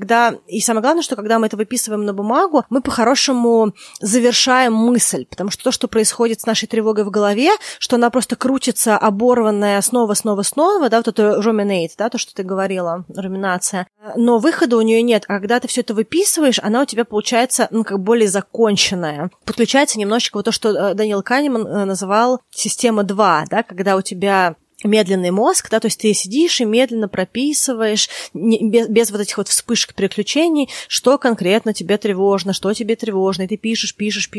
B: И самое главное, что когда мы это выписываем на бумагу, мы по-хорошему завершаем мысль, потому что то, что происходит с нашей тревогой в голове, что она просто крутится, оборванная снова, да, вот это ruminate, да, то, что ты говорила, руминация, но выхода у нее нет. А когда ты все это выписываешь, она у тебя получается, как более законченная. Подключается немножечко вот то, что Дэниел Канеман называл система 2, да, когда у тебя медленный мозг, да, то есть ты сидишь и медленно прописываешь, без вот этих вот вспышек переключений, что конкретно тебе тревожно, и ты пишешь,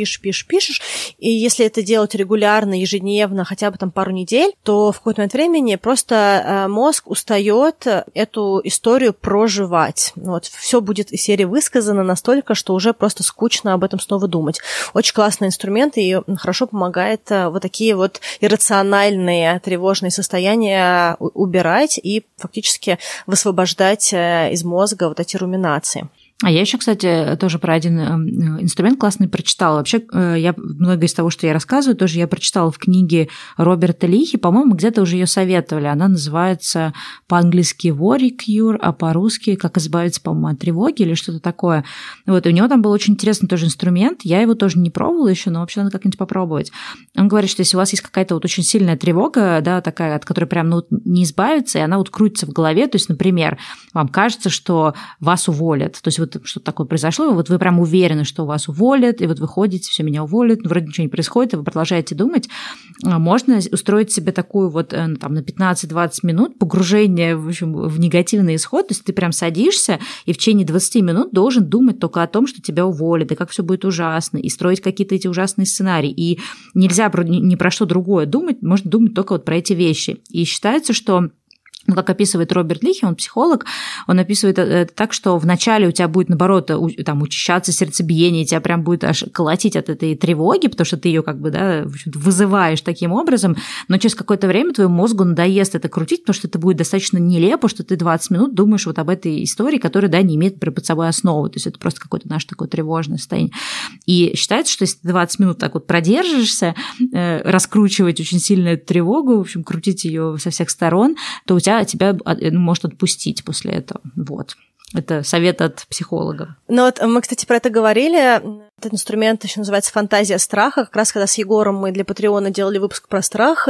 B: и если это делать регулярно, ежедневно, хотя бы там пару недель, то в какой-то момент времени просто мозг устает эту историю проживать. Вот, все будет из серии высказано настолько, что уже просто скучно об этом снова думать. Очень классный инструмент и хорошо помогает вот такие вот иррациональные тревожные состояния убирать и фактически высвобождать из мозга вот эти руминации.
A: А я еще, кстати, тоже про один инструмент классный прочитала. Вообще, я многое из того, что я рассказываю, тоже я прочитала в книге Роберта Лихи, по-моему, где-то уже ее советовали. Она называется по-английски Worry Cure, а по-русски «Как избавиться, по-моему, от тревоги» или что-то такое. Вот, и у него там был очень интересный тоже инструмент. Я его тоже не пробовала еще, но вообще надо как-нибудь попробовать. Он говорит, что если у вас есть какая-то вот очень сильная тревога, да, такая, от которой прям не избавиться, и она вот крутится в голове, то есть, например, вам кажется, что вас уволят, то есть вот что-то такое произошло, вот вы прям уверены, что вас уволят, и вот вы ходите, все, меня уволят, вроде ничего не происходит, и вы продолжаете думать, можно устроить себе такую вот там, на 15-20 минут погружение, в общем, в негативный исход, то есть ты прям садишься и в течение 20 минут должен думать только о том, что тебя уволят, и как все будет ужасно, и строить какие-то эти ужасные сценарии, и нельзя ни про что другое думать, можно думать только вот про эти вещи. И считается, что как описывает Роберт Лихи, он психолог, он описывает это так, что вначале у тебя будет, наоборот, там, учащаться сердцебиение, тебя прям будет аж колотить от этой тревоги, потому что ты ее как бы, да, вызываешь таким образом, но через какое-то время твоему мозгу надоест это крутить, потому что это будет достаточно нелепо, что ты 20 минут думаешь вот об этой истории, которая, да, не имеет под собой основы, то есть это просто какое-то наше такое тревожное состояние. И считается, что если ты 20 минут так вот продержишься, раскручивать очень сильно эту тревогу, в общем, крутить ее со всех сторон, то у тебя может отпустить после этого. Вот. Это совет от психолога.
B: Ну вот мы, кстати, про это говорили. Этот инструмент еще называется «Фантазия страха». Как раз когда с Егором мы для Патреона делали выпуск про страх,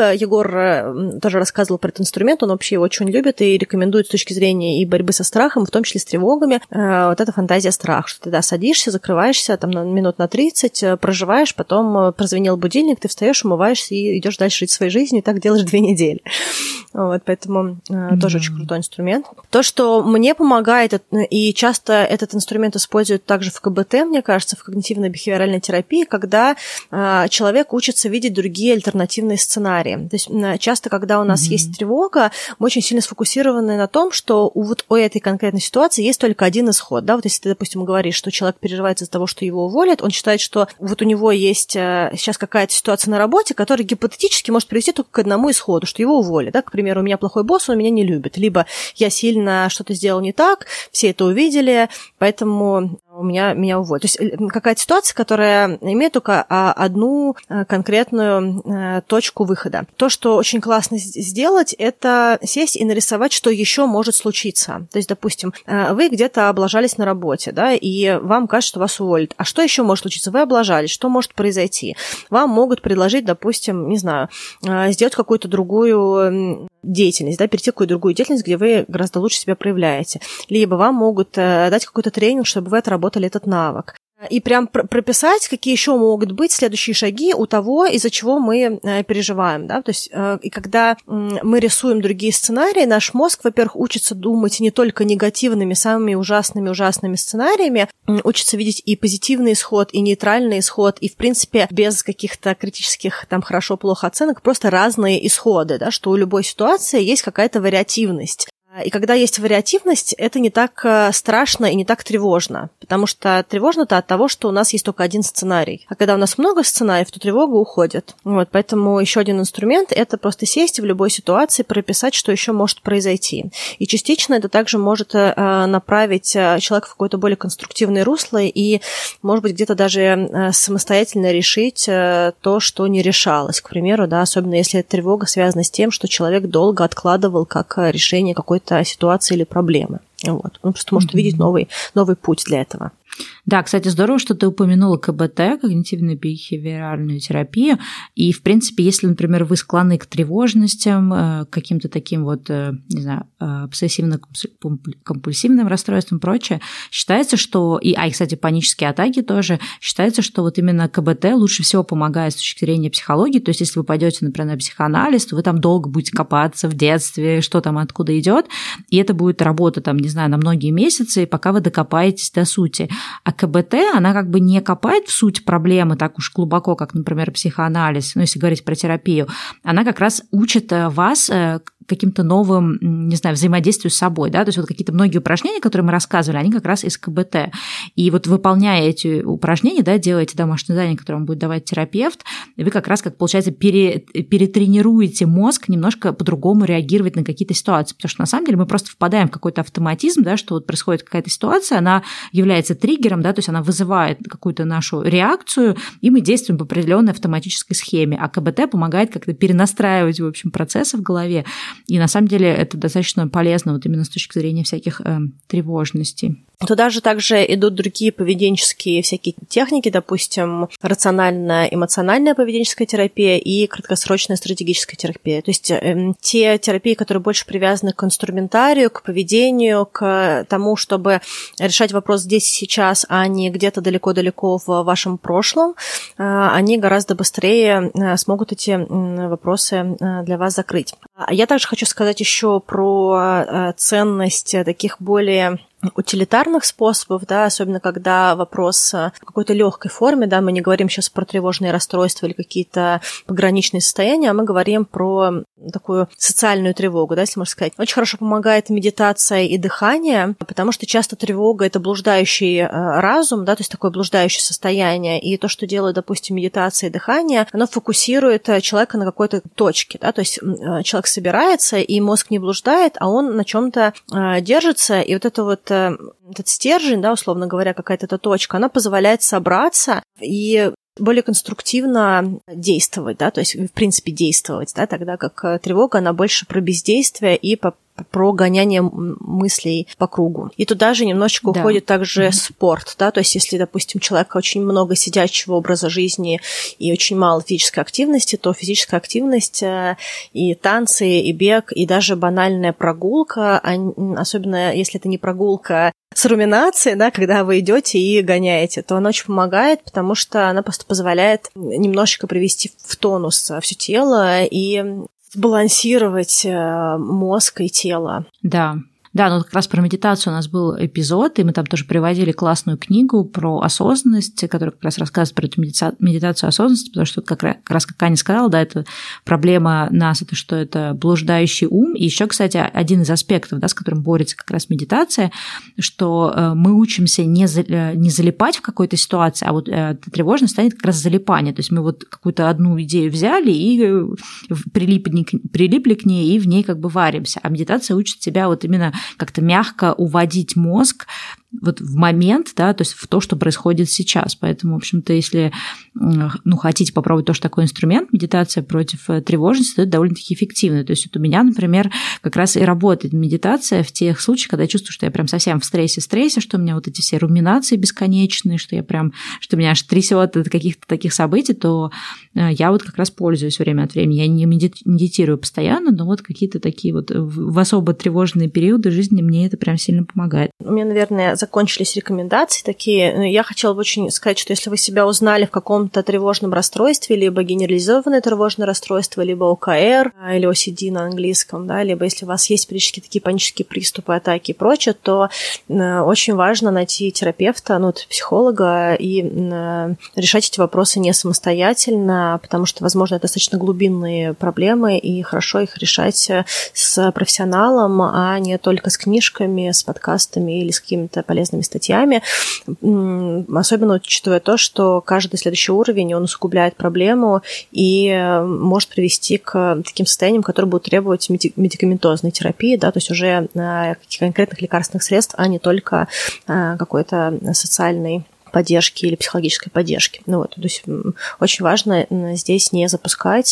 B: Егор тоже рассказывал про этот инструмент, он вообще его очень любит и рекомендует с точки зрения и борьбы со страхом, в том числе с тревогами. Вот это «Фантазия страха», что ты, да, садишься, закрываешься там минут на 30, проживаешь, потом прозвенел будильник, ты встаешь, умываешься и идешь дальше жить своей жизнью, и так делаешь 2 недели. Вот, поэтому тоже очень крутой инструмент. То, что мне помогает, и часто этот инструмент используют также в КБТ, мне кажется, в когнитивно-бихевиоральной терапии, когда человек учится видеть другие альтернативные сценарии. То есть часто, когда у нас есть тревога, мы очень сильно сфокусированы на том, что вот у этой конкретной ситуации есть только один исход. Да? Вот если ты, допустим, говоришь, что человек переживает из-за того, что его уволят, он считает, что вот у него есть сейчас какая-то ситуация на работе, которая гипотетически может привести только к одному исходу, что его уволят. Да? К примеру, у меня плохой босс, он меня не любит. Либо я сильно что-то сделал не так, все это увидели, поэтому меня уволят. То есть какая-то ситуация, которая имеет только одну конкретную точку выхода. То, что очень классно сделать, это сесть и нарисовать, что еще может случиться. То есть, допустим, вы где-то облажались на работе, да, и вам кажется, что вас уволят. А что еще может случиться? Вы облажались, что может произойти? Вам могут предложить, допустим, не знаю, сделать какую-то другую деятельность, да, перейти в какую-то другую деятельность, где вы гораздо лучше себя проявляете. Либо вам могут дать какой-то тренинг, чтобы вы отработали этот навык. И прям прописать, какие еще могут быть следующие шаги у того, из-за чего мы переживаем. Да? То есть, и когда мы рисуем другие сценарии, наш мозг, во-первых, учится думать не только негативными, самыми ужасными сценариями, учится видеть и позитивный исход, и нейтральный исход, и, в принципе, без каких-то критических там хорошо-плохо оценок, просто разные исходы, да? Что у любой ситуации есть какая-то вариативность. И когда есть вариативность, это не так страшно и не так тревожно, потому что тревожно-то от того, что у нас есть только один сценарий. А когда у нас много сценариев, то тревога уходит. Вот, поэтому еще один инструмент – это просто сесть в любой ситуации, прописать, что еще может произойти. И частично это также может направить человека в какое-то более конструктивное русло и, может быть, где-то даже самостоятельно решить то, что не решалось. К примеру, да, особенно если эта тревога связана с тем, что человек долго откладывал как решение какой-то ситуации или проблемы. Вот. Он просто может увидеть новый путь для этого.
A: Да, кстати, здорово, что ты упомянула КБТ, когнитивно-бихевиоральную терапию. И, в принципе, если, например, вы склонны к тревожностям, к каким-то таким вот, не знаю, обсессивно-компульсивным расстройствам и прочее, считается, что, и, кстати, панические атаки тоже, считается, что вот именно КБТ лучше всего помогает с точки зрения психологии. То есть, если вы пойдете, например, на психоанализ, то вы там долго будете копаться в детстве, что там откуда идет, и это будет работа, там, не знаю, на многие месяцы, пока вы докопаетесь до сути. А КБТ, она как бы не копает в суть проблемы так уж глубоко, как, например, психоанализ, ну, если говорить про терапию, она как раз учит вас каким-то новым, не знаю, взаимодействию с собой, да, то есть вот какие-то многие упражнения, которые мы рассказывали, они как раз из КБТ. И вот выполняя эти упражнения, да, делаете домашнее задание, которое вам будет давать терапевт, и вы как раз, как получается, перетренируете мозг немножко по-другому реагировать на какие-то ситуации, потому что на самом деле мы просто впадаем в какой-то автоматизм, да, что вот происходит какая-то ситуация, она является триггером, да, то есть она вызывает какую-то нашу реакцию, и мы действуем по определенной автоматической схеме, а КБТ помогает как-то перенастраивать, в общем, процессы в голове, и на самом деле это достаточно полезно вот именно с точки зрения всяких тревожностей.
B: Туда же также идут другие поведенческие всякие техники, допустим, рационально-эмоциональная поведенческая терапия и краткосрочная стратегическая терапия. То есть те терапии, которые больше привязаны к инструментарию, к поведению, к тому, чтобы решать вопрос здесь и сейчас, а не где-то далеко-далеко в вашем прошлом, они гораздо быстрее смогут эти вопросы для вас закрыть. Я также хочу сказать еще про ценность таких более утилитарных способов, да, особенно когда вопрос в какой-то легкой форме, да, мы не говорим сейчас про тревожные расстройства или какие-то пограничные состояния, а мы говорим про такую социальную тревогу, да, если можно сказать. Очень хорошо помогает медитация и дыхание, потому что часто тревога — это блуждающий разум, да, то есть такое блуждающее состояние, и то, что делает, допустим, медитация и дыхание, оно фокусирует человека на какой-то точке, да, то есть человек собирается, и мозг не блуждает, а он на чем-то держится, и вот это вот этот стержень, да, условно говоря, какая-то эта точка, она позволяет собраться и более конструктивно действовать, да, то есть, в принципе, действовать, да, тогда как тревога, она больше про бездействие и про гоняние мыслей по кругу. И туда же немножечко уходит также спорт, да, то есть если, допустим, у человека очень много сидячего образа жизни и очень мало физической активности, то физическая активность и танцы, и бег, и даже банальная прогулка, особенно если это не прогулка с руминацией, да, когда вы идете и гоняете, то она очень помогает, потому что она просто позволяет немножечко привести в тонус все тело и сбалансировать мозг и тело.
A: Да. Да, ну как раз про медитацию у нас был эпизод, и мы там тоже приводили классную книгу про осознанность, которая как раз рассказывает про эту медитацию осознанности, потому что как раз, как Аня сказала, да, это проблема нас, это что это блуждающий ум. И еще, кстати, один из аспектов, да, с которым борется как раз медитация, что мы учимся не залипать в какой-то ситуации, а вот тревожность станет как раз залипание. То есть мы вот какую-то одну идею взяли и прилипли к ней, и в ней как бы варимся. А медитация учит тебя вот именно как-то мягко уводить мозг вот в момент, да, то есть в то, что происходит сейчас. Поэтому, в общем-то, если хотите попробовать тоже такой инструмент, медитация против тревожности, то это довольно-таки эффективно. То есть вот у меня, например, как раз и работает медитация в тех случаях, когда я чувствую, что я прям совсем в стрессе, что у меня вот эти все руминации бесконечные, что меня аж трясет от каких-то таких событий, то я вот как раз пользуюсь время от времени. Я не медитирую постоянно, но вот какие-то такие вот в особо тревожные периоды жизни мне это прям сильно помогает.
B: У меня, наверное, закончились рекомендации такие. Я хотела бы очень сказать, что если вы себя узнали в каком-то тревожном расстройстве, либо генерализованное тревожное расстройство, либо ОКР или OCD на английском, да, либо если у вас есть периодически такие панические приступы, атаки и прочее, то очень важно найти терапевта, психолога и решать эти вопросы не самостоятельно, потому что, возможно, это достаточно глубинные проблемы, и хорошо их решать с профессионалом, а не только с книжками, с подкастами или с какими-то полезными статьями, особенно учитывая то, что каждый следующий уровень, он усугубляет проблему и может привести к таким состояниям, которые будут требовать медикаментозной терапии, да, то есть уже конкретных лекарственных средств, а не только какой-то социальной поддержки или психологической поддержки. То есть очень важно здесь не запускать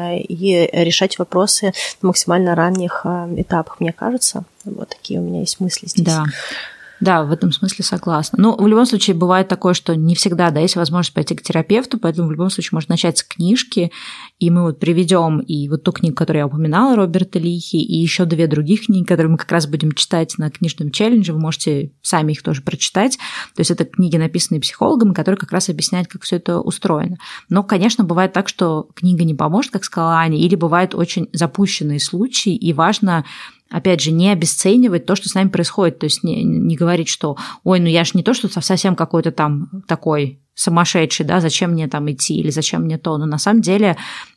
B: и решать вопросы на максимально ранних этапах, мне кажется. Вот такие у меня есть мысли здесь.
A: Да, в этом смысле согласна. Но в любом случае бывает такое, что не всегда, да, есть возможность пойти к терапевту, поэтому в любом случае можно начать с книжки, и мы вот приведем и вот ту книгу, которую я упоминала, Роберта Лихи, и еще 2 других книги, которые мы как раз будем читать на книжном челлендже, вы можете сами их тоже прочитать. То есть это книги, написанные психологами, которые как раз объясняют, как все это устроено. Но, конечно, бывает так, что книга не поможет, как сказала Аня, или бывают очень запущенные случаи, и важно опять же, не обесценивать то, что с нами происходит, то есть не говорить, что ой, я же не то, что совсем какой-то там такой сумасшедший, да, зачем мне там идти или зачем мне то. Но на самом деле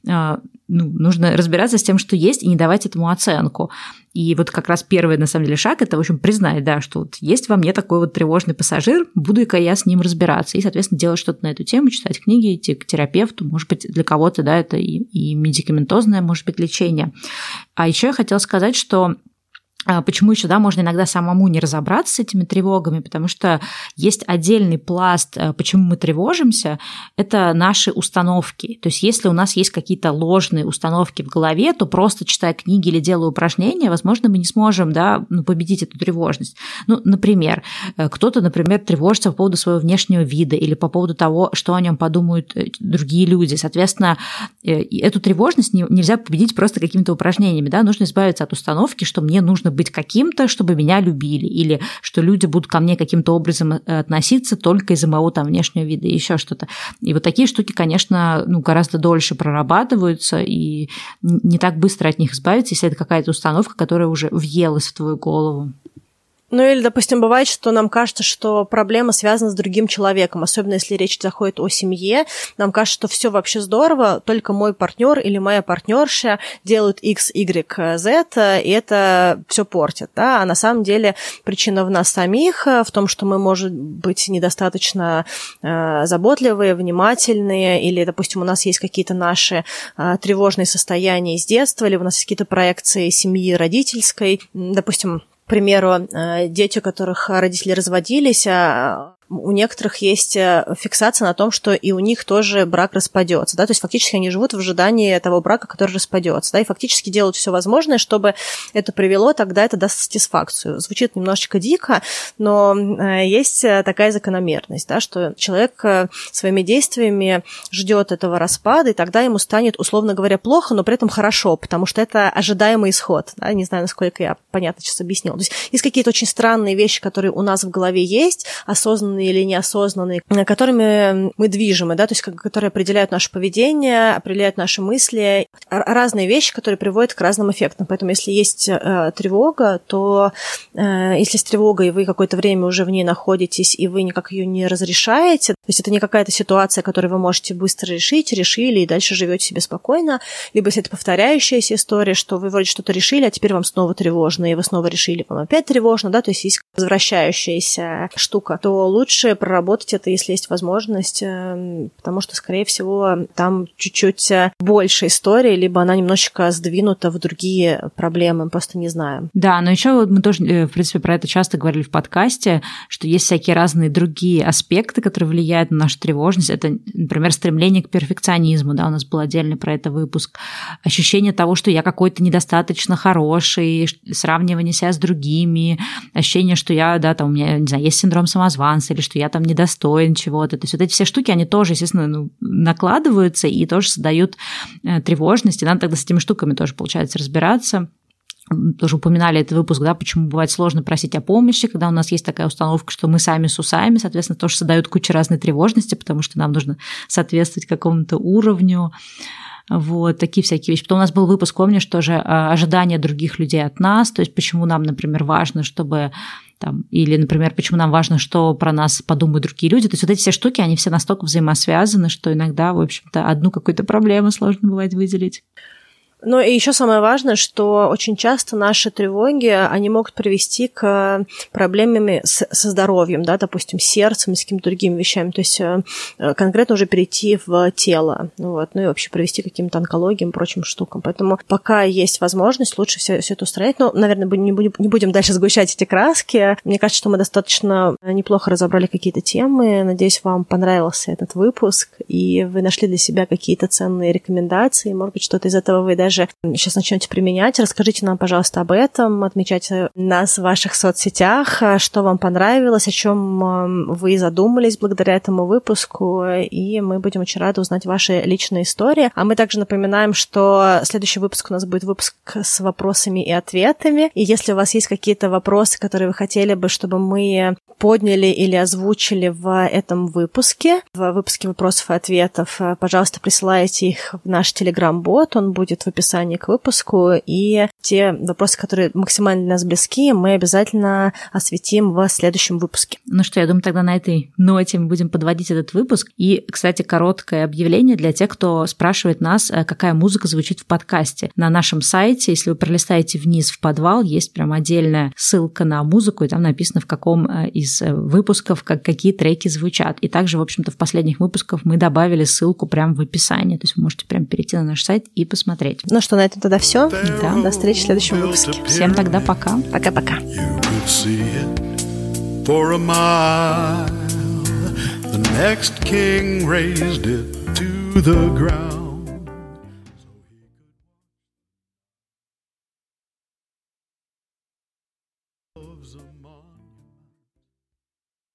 A: нужно разбираться с тем, что есть, и не давать этому оценку. И вот как раз первый, на самом деле, шаг – это, в общем, признать, да, что вот есть во мне такой вот тревожный пассажир, буду-ка я с ним разбираться. И, соответственно, делать что-то на эту тему, читать книги, идти к терапевту. Может быть, для кого-то, да, это и медикаментозное, может быть, лечение. А еще я хотела сказать, что почему еще, да, можно иногда самому не разобраться с этими тревогами, потому что есть отдельный пласт, почему мы тревожимся, это наши установки. То есть если у нас есть какие-то ложные установки в голове, то просто читая книги или делая упражнения, возможно, мы не сможем, да, победить эту тревожность. Например, кто-то, например, тревожится по поводу своего внешнего вида или по поводу того, что о нем подумают другие люди. Соответственно, эту тревожность нельзя победить просто какими-то упражнениями, да, нужно избавиться от установки, что мне нужно быть каким-то, чтобы меня любили, или что люди будут ко мне каким-то образом относиться только из-за моего там внешнего вида и еще что-то. И вот такие штуки, конечно, гораздо дольше прорабатываются, и не так быстро от них избавиться, если это какая-то установка, которая уже въелась в твою голову.
B: Или, допустим, бывает, что нам кажется, что проблема связана с другим человеком, особенно если речь заходит о семье. Нам кажется, что все вообще здорово, только мой партнер или моя партнерша делают X, Y, Z, и это все портит. Да? А на самом деле причина в нас самих, в том, что мы, может быть, недостаточно заботливые, внимательные, или, допустим, у нас есть какие-то наши тревожные состояния из детства, или у нас есть какие-то проекции семьи родительской, допустим, к примеру, дети, у которых родители разводились, у некоторых есть фиксация на том, что и у них тоже брак распадется, да, то есть фактически они живут в ожидании того брака, который распадется, да, и фактически делают все возможное, чтобы это привело, тогда это даст сатисфакцию. Звучит немножечко дико, но есть такая закономерность, да, что человек своими действиями ждет этого распада, и тогда ему станет, условно говоря, плохо, но при этом хорошо, потому что это ожидаемый исход, да, не знаю, насколько я понятно сейчас объяснила. То есть есть какие-то очень странные вещи, которые у нас в голове есть, осознанные или неосознанные, которыми мы движемы, да, то есть которые определяют наше поведение, определяют наши мысли, разные вещи, которые приводят к разным эффектам. Поэтому если есть тревога, то если есть тревога, и вы какое-то время уже в ней находитесь, и вы никак ее не разрешаете, то есть это не какая-то ситуация, которую вы можете быстро решить, решили, и дальше живете себе спокойно, либо если это повторяющаяся история, что вы вроде что-то решили, а теперь вам снова тревожно, и вы снова решили, вам опять тревожно, да, то есть есть возвращающаяся штука, то лучше проработать это, если есть возможность, потому что, скорее всего, там чуть-чуть больше истории, либо она немножечко сдвинута в другие проблемы, просто не знаем.
A: Да, но еще мы тоже, в принципе, про это часто говорили в подкасте, что есть всякие разные другие аспекты, которые влияют на нашу тревожность. Это, например, стремление к перфекционизму, да, у нас был отдельный про это выпуск. Ощущение того, что я какой-то недостаточно хороший, сравнивание себя с другими, ощущение, что я, да, там у меня, не знаю, есть синдром самозванца, или что я там недостоин чего-то. То есть вот эти все штуки, они тоже, естественно, накладываются и тоже создают тревожность, и надо тогда с этими штуками тоже, получается, разбираться. Тоже упоминали этот выпуск, да, почему бывает сложно просить о помощи, когда у нас есть такая установка, что мы сами с усами, соответственно, тоже создают кучу разной тревожности, потому что нам нужно соответствовать какому-то уровню. Вот, такие всякие вещи. Потом у нас был выпуск, помнишь, тоже ожидания других людей от нас, то есть почему нам, например, важно, чтобы там, или, например, почему нам важно, что про нас подумают другие люди. То есть вот эти все штуки, они все настолько взаимосвязаны, что иногда, в общем-то, одну какую-то проблему сложно бывает выделить.
B: Ну и еще самое важное, что очень часто наши тревоги, они могут привести к проблемам со здоровьем, да, допустим, с сердцем и с какими-то другими вещами, то есть конкретно уже перейти в тело, вот, ну и вообще привести к каким-то онкологиям и прочим штукам. Поэтому пока есть возможность, лучше все это устранять. Но, наверное, не будем дальше сгущать эти краски. Мне кажется, что мы достаточно неплохо разобрали какие-то темы. Надеюсь, вам понравился этот выпуск, и вы нашли для себя какие-то ценные рекомендации. Может быть, что-то из этого вы даже сейчас начнете применять. Расскажите нам, пожалуйста, об этом, отмечайте нас в ваших соцсетях, что вам понравилось, о чем вы задумались благодаря этому выпуску, и мы будем очень рады узнать ваши личные истории. А мы также напоминаем, что следующий выпуск у нас будет выпуск с вопросами и ответами, и если у вас есть какие-то вопросы, которые вы хотели бы, чтобы мы подняли или озвучили в этом выпуске, в выпуске вопросов и ответов, пожалуйста, присылайте их в наш Telegram-бот, он будет в описании к выпуску, и те вопросы, которые максимально для нас близки, мы обязательно осветим в следующем выпуске.
A: Ну что, я думаю, тогда на этой ноте мы будем подводить этот выпуск. И, кстати, короткое объявление для тех, кто спрашивает нас, какая музыка звучит в подкасте. На нашем сайте, если вы пролистаете вниз в подвал, есть прям отдельная ссылка на музыку, и там написано, в каком из выпусков какие треки звучат. И также, в общем-то, в последних выпусках мы добавили ссылку прямо в описании. То есть вы можете прям перейти на наш сайт и посмотреть.
B: Ну что, на этом тогда все.
A: Да.
B: До встречи в следующем выпуске.
A: Всем тогда пока.
B: Пока-пока.
C: For a mile, the next king raised it to the ground.